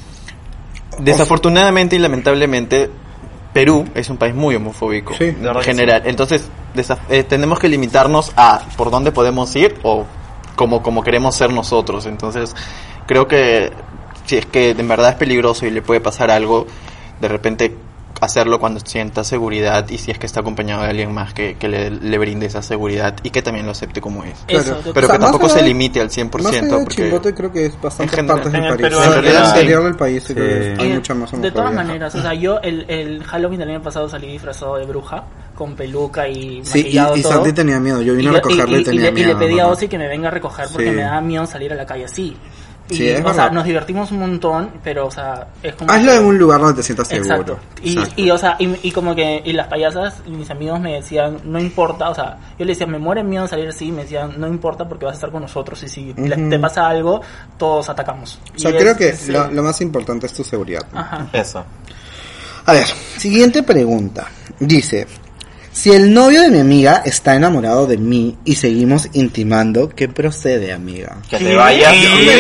desafortunadamente y lamentablemente Perú es un país muy homofóbico Sí. en general. Entonces desa- eh, tenemos que limitarnos a por dónde podemos ir o como, como queremos ser nosotros. Entonces creo que si es que en verdad es peligroso y le puede pasar algo, de repente hacerlo cuando sienta seguridad y si es que está acompañado de alguien más que, que le, le brinde esa seguridad y que también lo acepte como es. Eso, Claro. yo Pero O sea, que tampoco más se allá- limite al cien por Más allá ciento de porque Chimbote creo que es bastantes en general- partes en del el país. Perú, O sea, en en el realidad, interior sí. del país sí creo que Sí. hay Y mucha más de todas homofobia. maneras, o sea, yo el, el Halloween del año pasado salí disfrazado de bruja, con peluca y Sí, y, maquillado y todo. Santi tenía miedo. Yo vine a le- recogerlo y, y- tenía y le, miedo. y le pedí a ¿no? Ozzy que me venga a recoger porque Sí. me da miedo salir a la calle así. Y, Sí, es o sea, verdad. nos divertimos un montón, pero, o sea, es como... Hazlo en un lugar donde te sientas seguro. Exacto. Y, Exacto. y, o sea, y, y como que, y las payasas, y mis amigos me decían, no importa, o sea, yo le decía, me muere miedo salir así, y me decían, no importa porque vas a estar con nosotros, y si le- Ujú. te pasa algo, todos atacamos. O sea, Y creo es- que es- lo, lo más importante es tu seguridad. ¿no? Ajá. Eso. A ver, siguiente pregunta. Dice, si el novio de mi amiga está enamorado de mí y seguimos intimando, ¿qué procede, amiga? Que te vayas.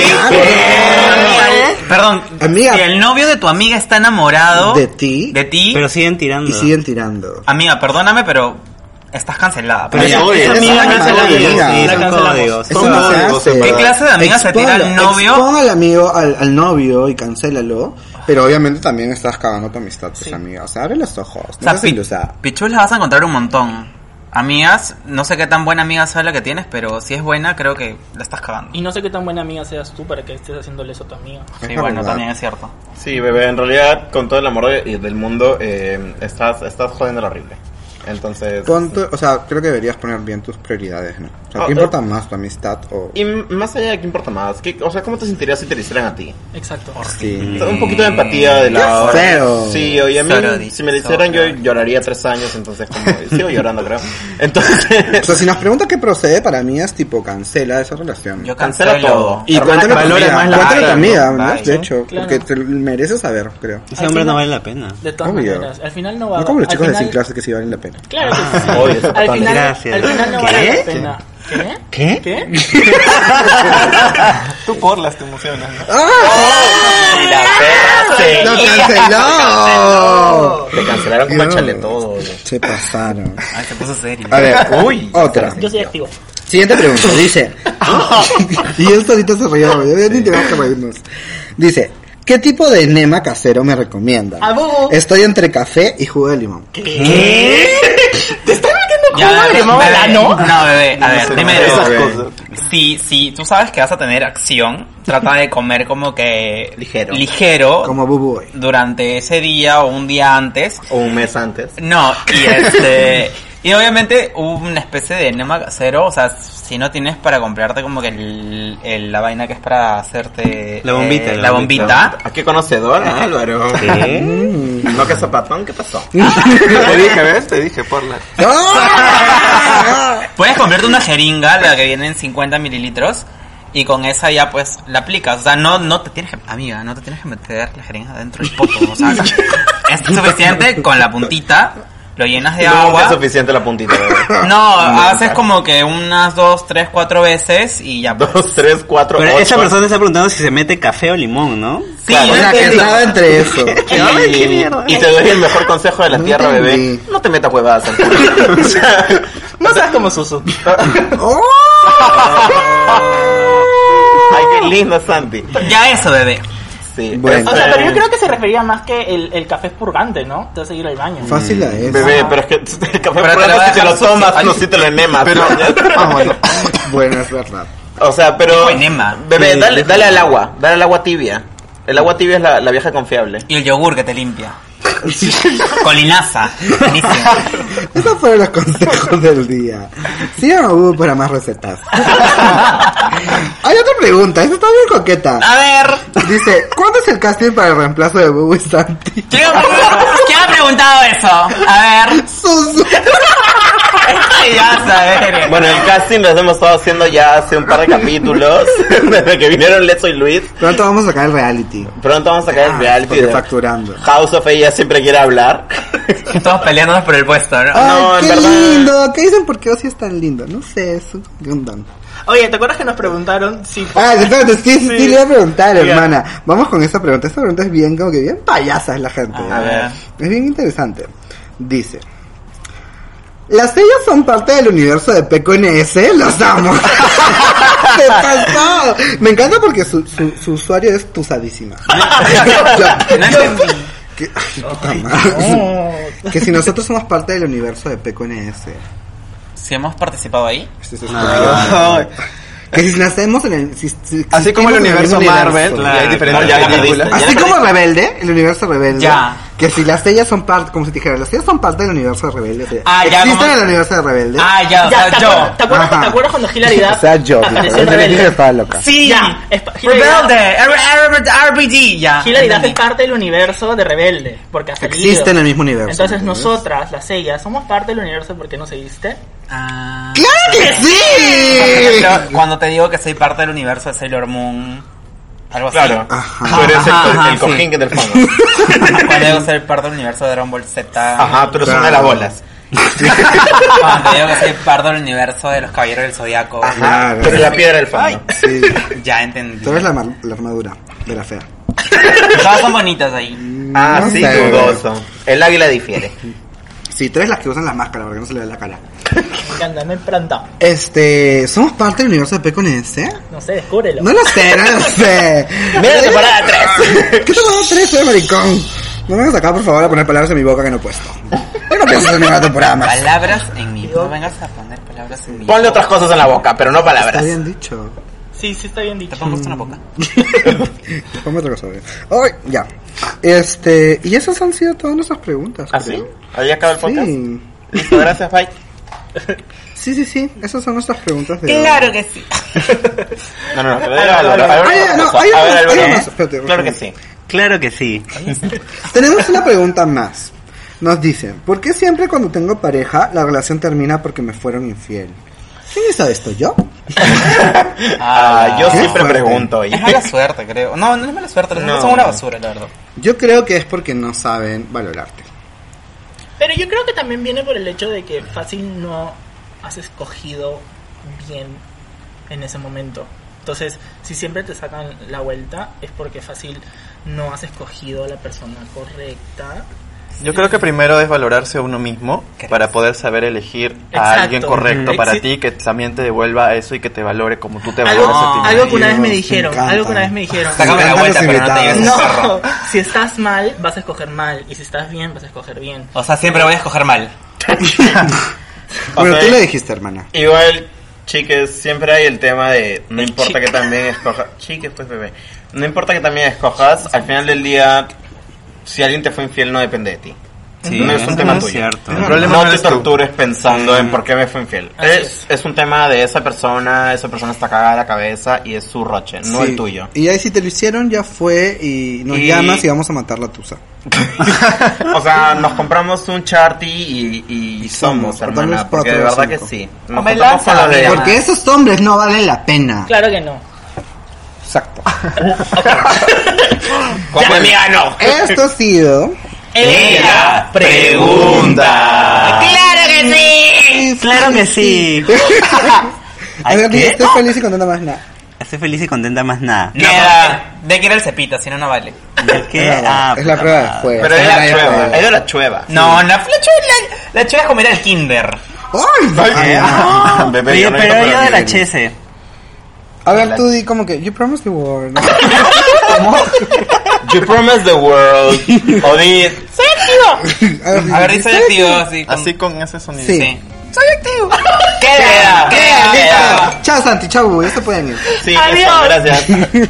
Perdón, Amiga. si el novio de tu amiga está enamorado De ti. de ti, Pero siguen tirando. Y siguen tirando. amiga, perdóname, pero estás cancelada. Pero Ay, ya, obvio. esa Esa amiga amiga no se la es digo, amiga. sí, La son cancelamos. códigos. Eso Son no se códigos, hace. en ¿Qué verdad. clase de amiga se tira al Exponlo, novio? Expon al amigo, al, al novio y cancélalo. Pero obviamente también estás cagando tu amistad, pues, amiga. O sea, abre los ojos. O No sea, seas pi- ilusa. pichus las vas a encontrar un montón. Amigas, no sé qué tan buena amiga sea la que tienes, pero si es buena, creo que la estás cagando. Y no sé qué tan buena amiga seas tú para que estés haciéndole eso a tu amiga. Sí, Es bueno, verdad. también es cierto. Sí, bebé, en realidad, con todo el amor de- del mundo, eh, estás, estás jodiendo lo horrible. Entonces... Pon tu- o sea, creo que deberías poner bien tus prioridades, ¿no? O sea, Oh, ¿qué eh. importa más, tu amistad o...? Y m- más allá de qué importa más, ¿qué, o sea, ¿cómo te sentirías si te lo hicieran a ti? Exacto. Sí. Un poquito de empatía de lado. feo. Sí, oye, a mí, Sorry, si me lo hicieran yo sorry. lloraría tres años, entonces como... Sigo llorando, creo. Entonces... O sea, si nos preguntas qué procede, para mí es tipo, cancela esa relación. Yo Cancela cancelo todo. Y Hermana, cuéntale a tu valora amiga, más la cuéntale a tu vida, amiga, ¿no? ¿no? Bye. De hecho, Claro. porque te mereces saber, creo. Ese hombre no vale la pena. De todas Obvio. maneras, al final no va No como los al chicos de final- sin clase que sí valen la pena. Claro que sí. Oye, ese al, patán. final, Gracias. al final no ¿Qué? vale la pena. ¿Qué? ¿Qué? ¿Qué? tú por las te emocionas, ¿no? Y la perra se- ¡Lo canceló! Te cancelaron como el Dios. chale todo. oye. Se pasaron. Ay, se puso serio. A ver, Uy. otra. Yo soy activo. Siguiente pregunta, dice. Y él solito se rió, ya ni tenemos que reírnos. Dice, ¿qué tipo de enema casero me recomienda? Abu. Estoy entre café y jugo de limón. Ya, ¿Cómo le llamaba bebé, la no? No, bebé, a ver, sé, primero, esas cosas. si, si tú sabes que vas a tener acción, trata de comer como que Ligero. ligero Como Bubu Boy. durante ese día o un día antes. O un mes antes. No, y este... Y obviamente una especie de enema casero, o sea, si no tienes para comprarte como que el, el- la vaina que es para hacerte... La bombita, eh, la la bombita. bombita. ¿A qué conocedor, Álvaro? ¿Qué? No, que zapatón, ¿qué pasó? Te dije, ¿ves? Te dije por la... Puedes comprarte una jeringa, la que viene en cincuenta mililitros, y con esa ya pues la aplicas. O sea, no, no te tienes que, amiga, no te tienes que meter la jeringa dentro del poto. O sea, es suficiente con la puntita lo llenas de Nunca agua. es suficiente la puntita, bebé. No, haces como que unas dos, tres, cuatro veces y ya. pues. Dos, tres, cuatro, Pero ocho. esa persona está preguntando si se mete café o limón, ¿no? Sí, Claro, yo O sea, que entendí. estaba entre eso. Y, qué mierda. y te doy el mejor consejo de la No tierra, bebé. entendí. No te metas huevadas al culo. O sea, no seas como Susu. ¡Oh! Ay, qué lindo, Santi. Ya eso, bebé. Sí. Bueno. O sea, este, pero yo creo que se refería más que el, el café es purgante, ¿no? Te hace ir al baño. Fácil a eso. Bebé, pero es que el café Pero te purgante lo voy a si te dejar lo tomas, sucio. no si te lo enemas. Pero, ah, bueno. Bueno, es verdad. O sea, pero... Enema. Bebé, Sí, dale, sí. dale al agua. Dale al agua tibia. El agua tibia es la, la vieja confiable. Y el yogur que te limpia. Con linaza. Buenísimo. Esos fueron los consejos del día. Sigan a Google para más recetas. Hay otra pregunta, esta está muy coqueta. A ver. Dice, ¿cuándo es el casting para el reemplazo de Bubu y Santi? ¿Quién ha, ¿quién ha preguntado eso? A ver. Susu. Ya sabes. Bueno, el casting lo hemos estado haciendo ya hace un par de capítulos. Desde que vinieron Lezo y Luis. Pronto vamos a sacar el reality. Pronto vamos a sacar el reality Porque de facturando. House of ella siempre quiere hablar. Todos peleándonos por el puesto, ¿no? Ay, No, en qué verdad. lindo. ¿Qué dicen por qué Ozzy es tan lindo? No sé, es un don. Oye, ¿te acuerdas que nos preguntaron si... Ah, entonces sí, sí, sí, le iba a preguntar, Diga. hermana. Vamos con esta pregunta. Esta pregunta es bien, como que bien payasa es la gente. A ver. Es bien interesante. Dice: ¿las sellas son parte del universo de P Q N S? ¡Los amo! ¡Qué pasó! Me encanta porque su, su, su usuario es tusadísima. No entendí. Que, ay, puta madre. Que si nosotros somos parte del universo de P Q N S. Si hemos participado ahí. Este es Ay. Que si nacemos en el... si- si- Así como el existimos en universo mismo Marvel, universo. y hay diferentes No, ya la películas. perdiste. Así como Rebelde, el universo Rebelde. Ya. Que si las sellas son parte, como si te dijera, las sellas son parte del universo de Rebelde. O sea, Ah, ya, existen como- en el universo de Rebelde. Ah, ya, o Ya, sea, ¿te, yo. acuerdas, ¿te, acuerdas, Ajá. ¿te acuerdas cuando Hilaridad O sea, yo. apareció en Yo dije que Rebelde? estaba loca. Sí. Ya, es pa- Hilaridad, Rebelde. R P G. Ya. Hilaridad es Entendí. parte del universo de Rebelde, porque ha salido. Existe en el mismo universo. Entonces ¿entiendes? nosotras, las sellas, somos parte del universo porque no seguiste. Ah. ¡Claro que Por sí! ejemplo, cuando te digo que soy parte del universo de Sailor Moon, algo así. Claro. Ajá. Tú eres el, Ajá, el, ajá, el cojín sí. que del fondo. Cuando digo ser parte del universo de Dragon Ball Z. Ajá, tú eres Claro. una de las bolas. Cuando te digo que soy parte del universo de los Caballeros del Zodiaco. Ajá, Claro. tú eres la piedra del fondo. Ay. Sí. Ya entendí. Tú eres la, mar- la armadura de la fea. Todas son bonitas ahí. Ah, No sí, sé. dudoso. El águila difiere. Sí, tú eres las que usan las máscaras porque no se le ve la cara. Me encanta, me he plantado. Este, ¿somos parte del universo de P Q N S? No sé, descúbrelo. No lo sé, no lo sé. Mira la temporada tres. ¿Qué temporada tres? Soy maricón. No me vengas acá, por favor, a poner palabras en mi boca que no he puesto. Yo no pienso en ninguna temporada más. Palabras en mi. No vengas a poner palabras en mi. Ponle otras cosas en la boca, pero no Está palabras. bien dicho. Sí, sí está bien dicho. Te pongo esto en la boca. Ponme otra cosa, bien. Ay, ya. Este, y esas han sido todas nuestras preguntas. ¿Ah, sí? creo. ¿Ahí acaba el podcast? Sí. Listo, gracias, bye. Sí, sí, sí. Esas son nuestras preguntas de Claro que sí. No, no, no, pero diga Álvaro. A ver, Ah, ya, no, Álvaro, hay a ver, una- hay Álvaro. una más, espérate, Claro que espérate. sí. Claro que sí. Tenemos una pregunta más. Nos dicen, ¿por qué siempre cuando tengo pareja la relación termina porque me fueron infiel? ¿Quién hizo esto? ¿Yo? Ah, yo Qué siempre fuerte. pregunto. ¿y? Es mala suerte, creo. No, no es mala suerte. Los No. hombres son una basura, la verdad. Yo creo que es porque no saben valorarte. Pero yo creo que también viene por el hecho de que fácil no has escogido bien en ese momento. Entonces, si siempre te sacan la vuelta, es porque fácil no has escogido a la persona correcta. Yo creo que primero es valorarse a uno mismo ¿Crees? para poder saber elegir a Exacto. alguien correcto Mm. para Exi- ti, que también te devuelva eso y que te valore como tú te Algo, valoras a ti mismo. algo que una vez me Dios, dijeron, me encanta. algo que una vez me dijeron. Sácame la encantan vuelta, los pero no te lleves invitados. el perro. No, si estás mal, vas a escoger mal. Y si estás bien, vas a escoger bien. O sea, siempre voy a escoger mal. Bueno, Ok. tú le dijiste, hermana. Igual, chiques, siempre hay el tema de no importa que también escojas. Chiques, pues bebé. No importa que también escojas, al final del día, si alguien te fue infiel, no depende de ti. Sí, no es un tema es tuyo. cierto. El problema no no te eres tú. tortures pensando en por qué me fue infiel. Así Es, es un tema de esa persona, esa persona está cagada de la cabeza y es su roche, no Sí. el tuyo. Y ahí si te lo hicieron, ya fue y nos Y- llamas y vamos a matar la tusa. O sea, nos compramos un charty y, y, Y somos, somos, hermana, contamos porque de cuatro o verdad que cinco. sí. Nos Me juntamos con lanza, los de... mira. Porque esos hombres no valen la pena. Claro que no. Exacto. Como amiga, no. Esto ha sido Ella pregunta. ¡Claro que sí! Claro que sí. A ver, ¿Qué? estoy feliz y contenta más nada. Estoy feliz y contenta más nada. Queda. De que era el cepito, si no, no vale. ¿De qué? Es la- Ah, es la puta prueba de madre. fuego. Pero es Esa la es chueva, la- es de la chueva. No, no, la chueva, la, la chueva es comer al kinder. ¡Ay! Ah, Bebé, Oye, yo no pero entro yo por de aquí. la Chese. A ver, tú di como que, you promised the world. You promise the world. O di, A ver, A ver, dice ¿sí? activo, así. Con... Así con ese sonido. Sí. Sí. Soy activo. Queda, queda, queda. Chao, Santi, chao, Bubu, ya se pueden ir. sí, Adiós. eso, gracias.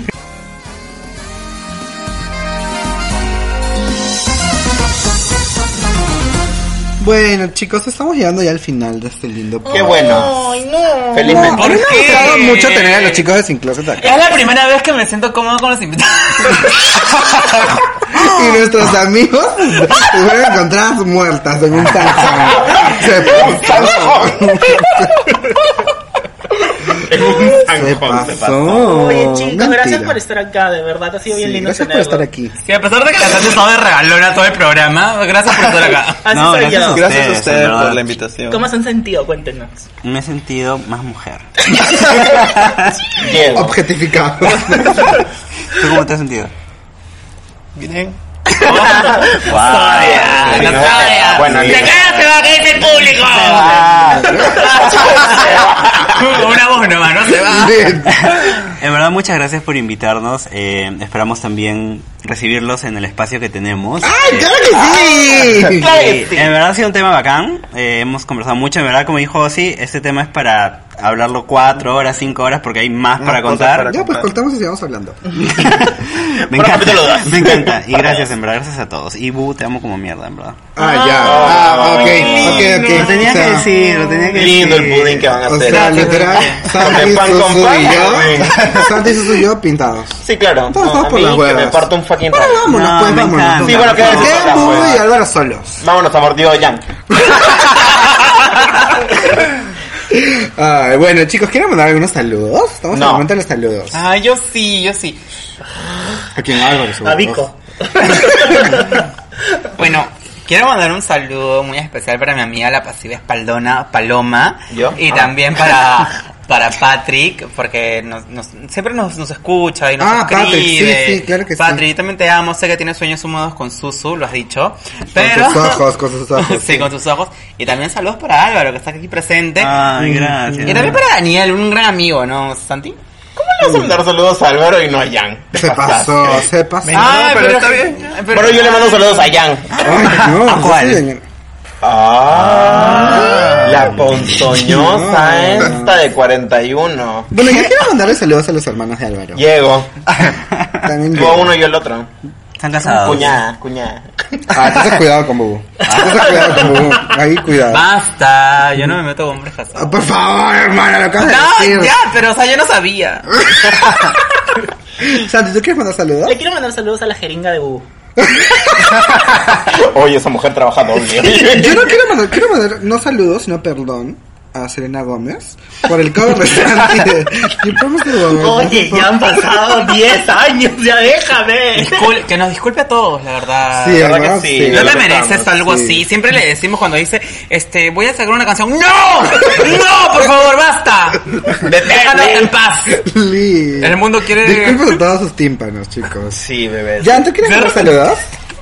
Bueno, chicos, estamos llegando ya al final de este lindo Qué podcast. bueno. Ay, no. Felizmente. ¿Por Me ha qué? gustado mucho tener a los chicos de Sin Closet acá. Es la primera vez que me siento cómodo con los invitados. Y nuestros amigos fueron encontradas muertas en un tanzón. Se pasó. Se pasó. Oye, chicos, Mentira. gracias por estar acá, de verdad. Ha sido bien Sí, lindo gracias por tenerlo. estar aquí. Y a pesar de que la Santi estaba de regalona todo el programa, gracias por estar acá. Así No, soy gracias yo. a Gracias a Ustedes, ustedes en verdad. por la invitación. ¿Cómo se han sentido? Cuéntenos. Me he sentido más mujer. Llego. Objetificado. ¿Tú cómo te has sentido? Bien. Wow. Natalia. Bueno, ¡Se listo. acá se va a caer el público! Una voz nomás, no se va. En verdad, muchas gracias por invitarnos. Eh, esperamos también recibirlos en el espacio que tenemos. ¡Ay, claro que sí! Y en verdad ha sido un tema bacán. Eh, hemos conversado mucho. En verdad, como dijo Ozzy, este tema es para hablarlo cuatro horas, cinco horas, porque hay más, Más para cosas contar. para- Ya, pues cortamos y sigamos hablando. Me encanta, me encanta. Y gracias, en verdad, gracias a todos. Y Bu, te amo como mierda, en verdad. Ah, ya. Ah, ok, ok, ok. Lo tenía O sea, que decir, lo tenía que decir. Lindo el pudín que van a O hacer. sea, literal, Santi, De pan con Susu pan. y yo, Santi, Susu y yo pintados. Sí, claro. Todos No, vamos a por mí las que huevas. me parto un fucking Bueno, rayo. vámonos, No, pues, me vámonos. encanta. Sí, bueno, ¿qué decir? Quedan Pues. Bubu y Álvaro solos. Vámonos, amor, digo Jan. Ay, bueno, chicos, ¿quieren mandar algunos saludos? Estamos en No. el momento de los saludos. Ah, yo sí, yo sí. ¿A quién? Álvaro, seguro. A Vico. Bueno, quiero mandar un saludo muy especial para mi amiga la pasiva espaldona Paloma. ¿Yo? Y Ah. también para, para Patrick, porque nos, nos- siempre nos, nos escucha y nos Ah, escribe. Patrick, sí, sí, claro que sí. Patrick, yo también te amo, sé que tienes sueños húmedos con Susu, lo has dicho. Pero... Con sus ojos, con sus ojos. sí, con tus ojos. Y también saludos para Álvaro, que está aquí presente. Ay, gracias. Y también para Daniel, un gran amigo, ¿no, Santi? ¿Cómo le vas a mandar saludos a Álvaro y no a Jan? Te Se pasaste. pasó, se pasó. Ah, pero pero está bien. Bueno, yo le mando saludos a Jan. Ay, no, ¿A cuál? yo soy- Ah, la ponzoñosa No. esta de cuarenta y uno. Bueno, yo quiero mandarle saludos a los hermanos de Álvaro. Llego. También Tú a yo. uno y el otro. Están casados. Cuñada, cuñada. Ah, entonces cuidado con Bubu. Entonces cuidado con Bubu. Ahí cuidado. Basta, yo no me meto con hombres casados. Ah, por favor, hermano, lo acabas de No, decir. ya, pero o sea, yo no sabía. Santi, ¿tú quieres mandar saludos? Le quiero mandar saludos a la jeringa de Bubu. Oye, esa mujer trabaja doble. Yo no quiero mandar, quiero mandar no saludos, sino perdón a Selena Gómez por el cover de Santi de You Promised the World. Oye, ya han pasado diez años, ya déjame. Discul- que nos disculpe a todos, la verdad. Sí, verdad ¿verdad? que sí. Sí. No te lo mereces estamos, algo sí. así. Siempre le decimos cuando dice, este, voy a sacar una canción. ¡No! ¡No! Por favor, basta. Déjanos en paz. Lee. El mundo quiere- Disculpen a todos sus tímpanos, chicos. Sí, bebé. ¿Ya, tú quieres mandar saludos?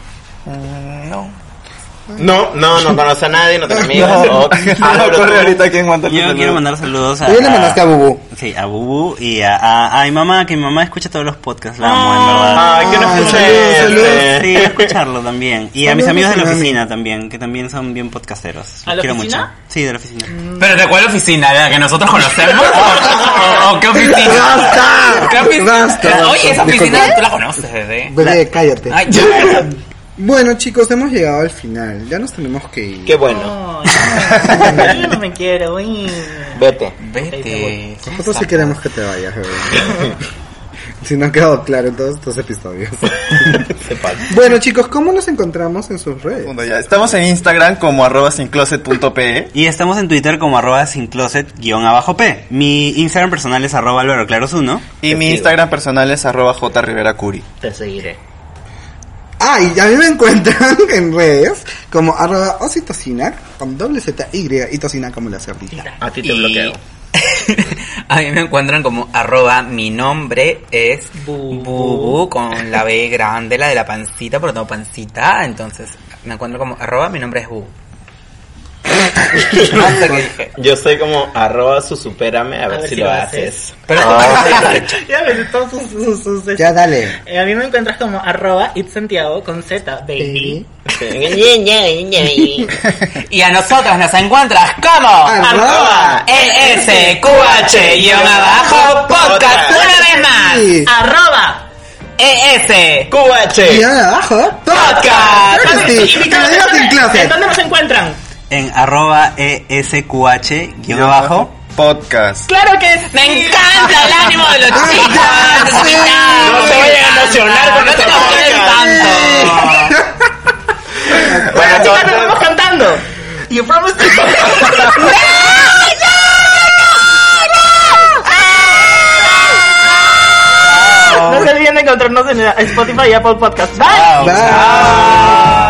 No, no, no conoce a nadie, no tiene amigos. No, O- Ah, no pero corre tú- ahorita quién manda Yo quiero mandar saludos a... Tú ya le mandaste a Bubu. Sí, a Bubu y a, a, a mi mamá, que mi mamá escucha todos los podcasts, la amo, en verdad. Ay, que no Ay, escuché saludos, saludos. ese. Sí, a escucharlo también. Y a mis Saludos amigos de la a mi oficina también, que también son bien podcasteros. ¿A Los la quiero oficina? mucho. Sí, de la oficina. ¿Pero de cuál oficina? ¿De la que nosotros conocemos? ¿O, o- o qué oficina? ¡Basta! ¿Qué oficina? Basta, Oye, esa basta. oficina tú la conoces, bebé. Bebé, cállate. Ay, ya. Bueno, chicos, hemos llegado al final. Ya nos tenemos que ir. Qué bueno. No, yo no me quiero ir. Vete. Vete. Nosotros sí queremos que te vayas, bebé. Si no ha quedado claro en todos estos episodios. Bueno, chicos, ¿cómo nos encontramos en sus redes? Bueno, ya. Estamos en Instagram como arroba sincloset.pe. Y estamos en Twitter como arroba sincloset guión abajo P. Mi Instagram personal es arroba Álvaro Claros uno. Y mi Instagram personal es arroba jriveracuri. Te seguiré. Ah, y a mí me encuentran en redes como arroba oxitocina con doble Z Y y tocina como la cerdita. A ti te Y- bloqueo. A mí me encuentran como arroba mi nombre es Bubu con la B grande, la de la pancita, porque tengo pancita, entonces me encuentro como arroba mi nombre es Bubu. No sé qué dije. Yo soy como arroba su supérame, a ver, ver si, si lo lo haces. Pero Ya ves, todos sus, sus, sus- Ya, dale. Eh, a mí me encuentras como arroba itsantiago con Z, baby. y a nosotros nos encuentras como Arroba E S Q H guión abajo podcast una vez más. Sí. Arroba. E S Q H. Y ahora abajo, Podcast. Claro que sí, Y que lo digas en ¿En clase. dónde nos encuentran? En arroba E S Q H guión abajo. Podcast. ¡Claro que sí! Me encanta el ánimo de los Ay, chicos. ya sé. Necesitamos, No se vayan a emocionar con no este se emocionen podcast. tanto. Bueno, Chicos, nos entonces, vamos cantando. You promise to... No se olviden de encontrarnos en Spotify y Apple Podcasts. Bye. Bye.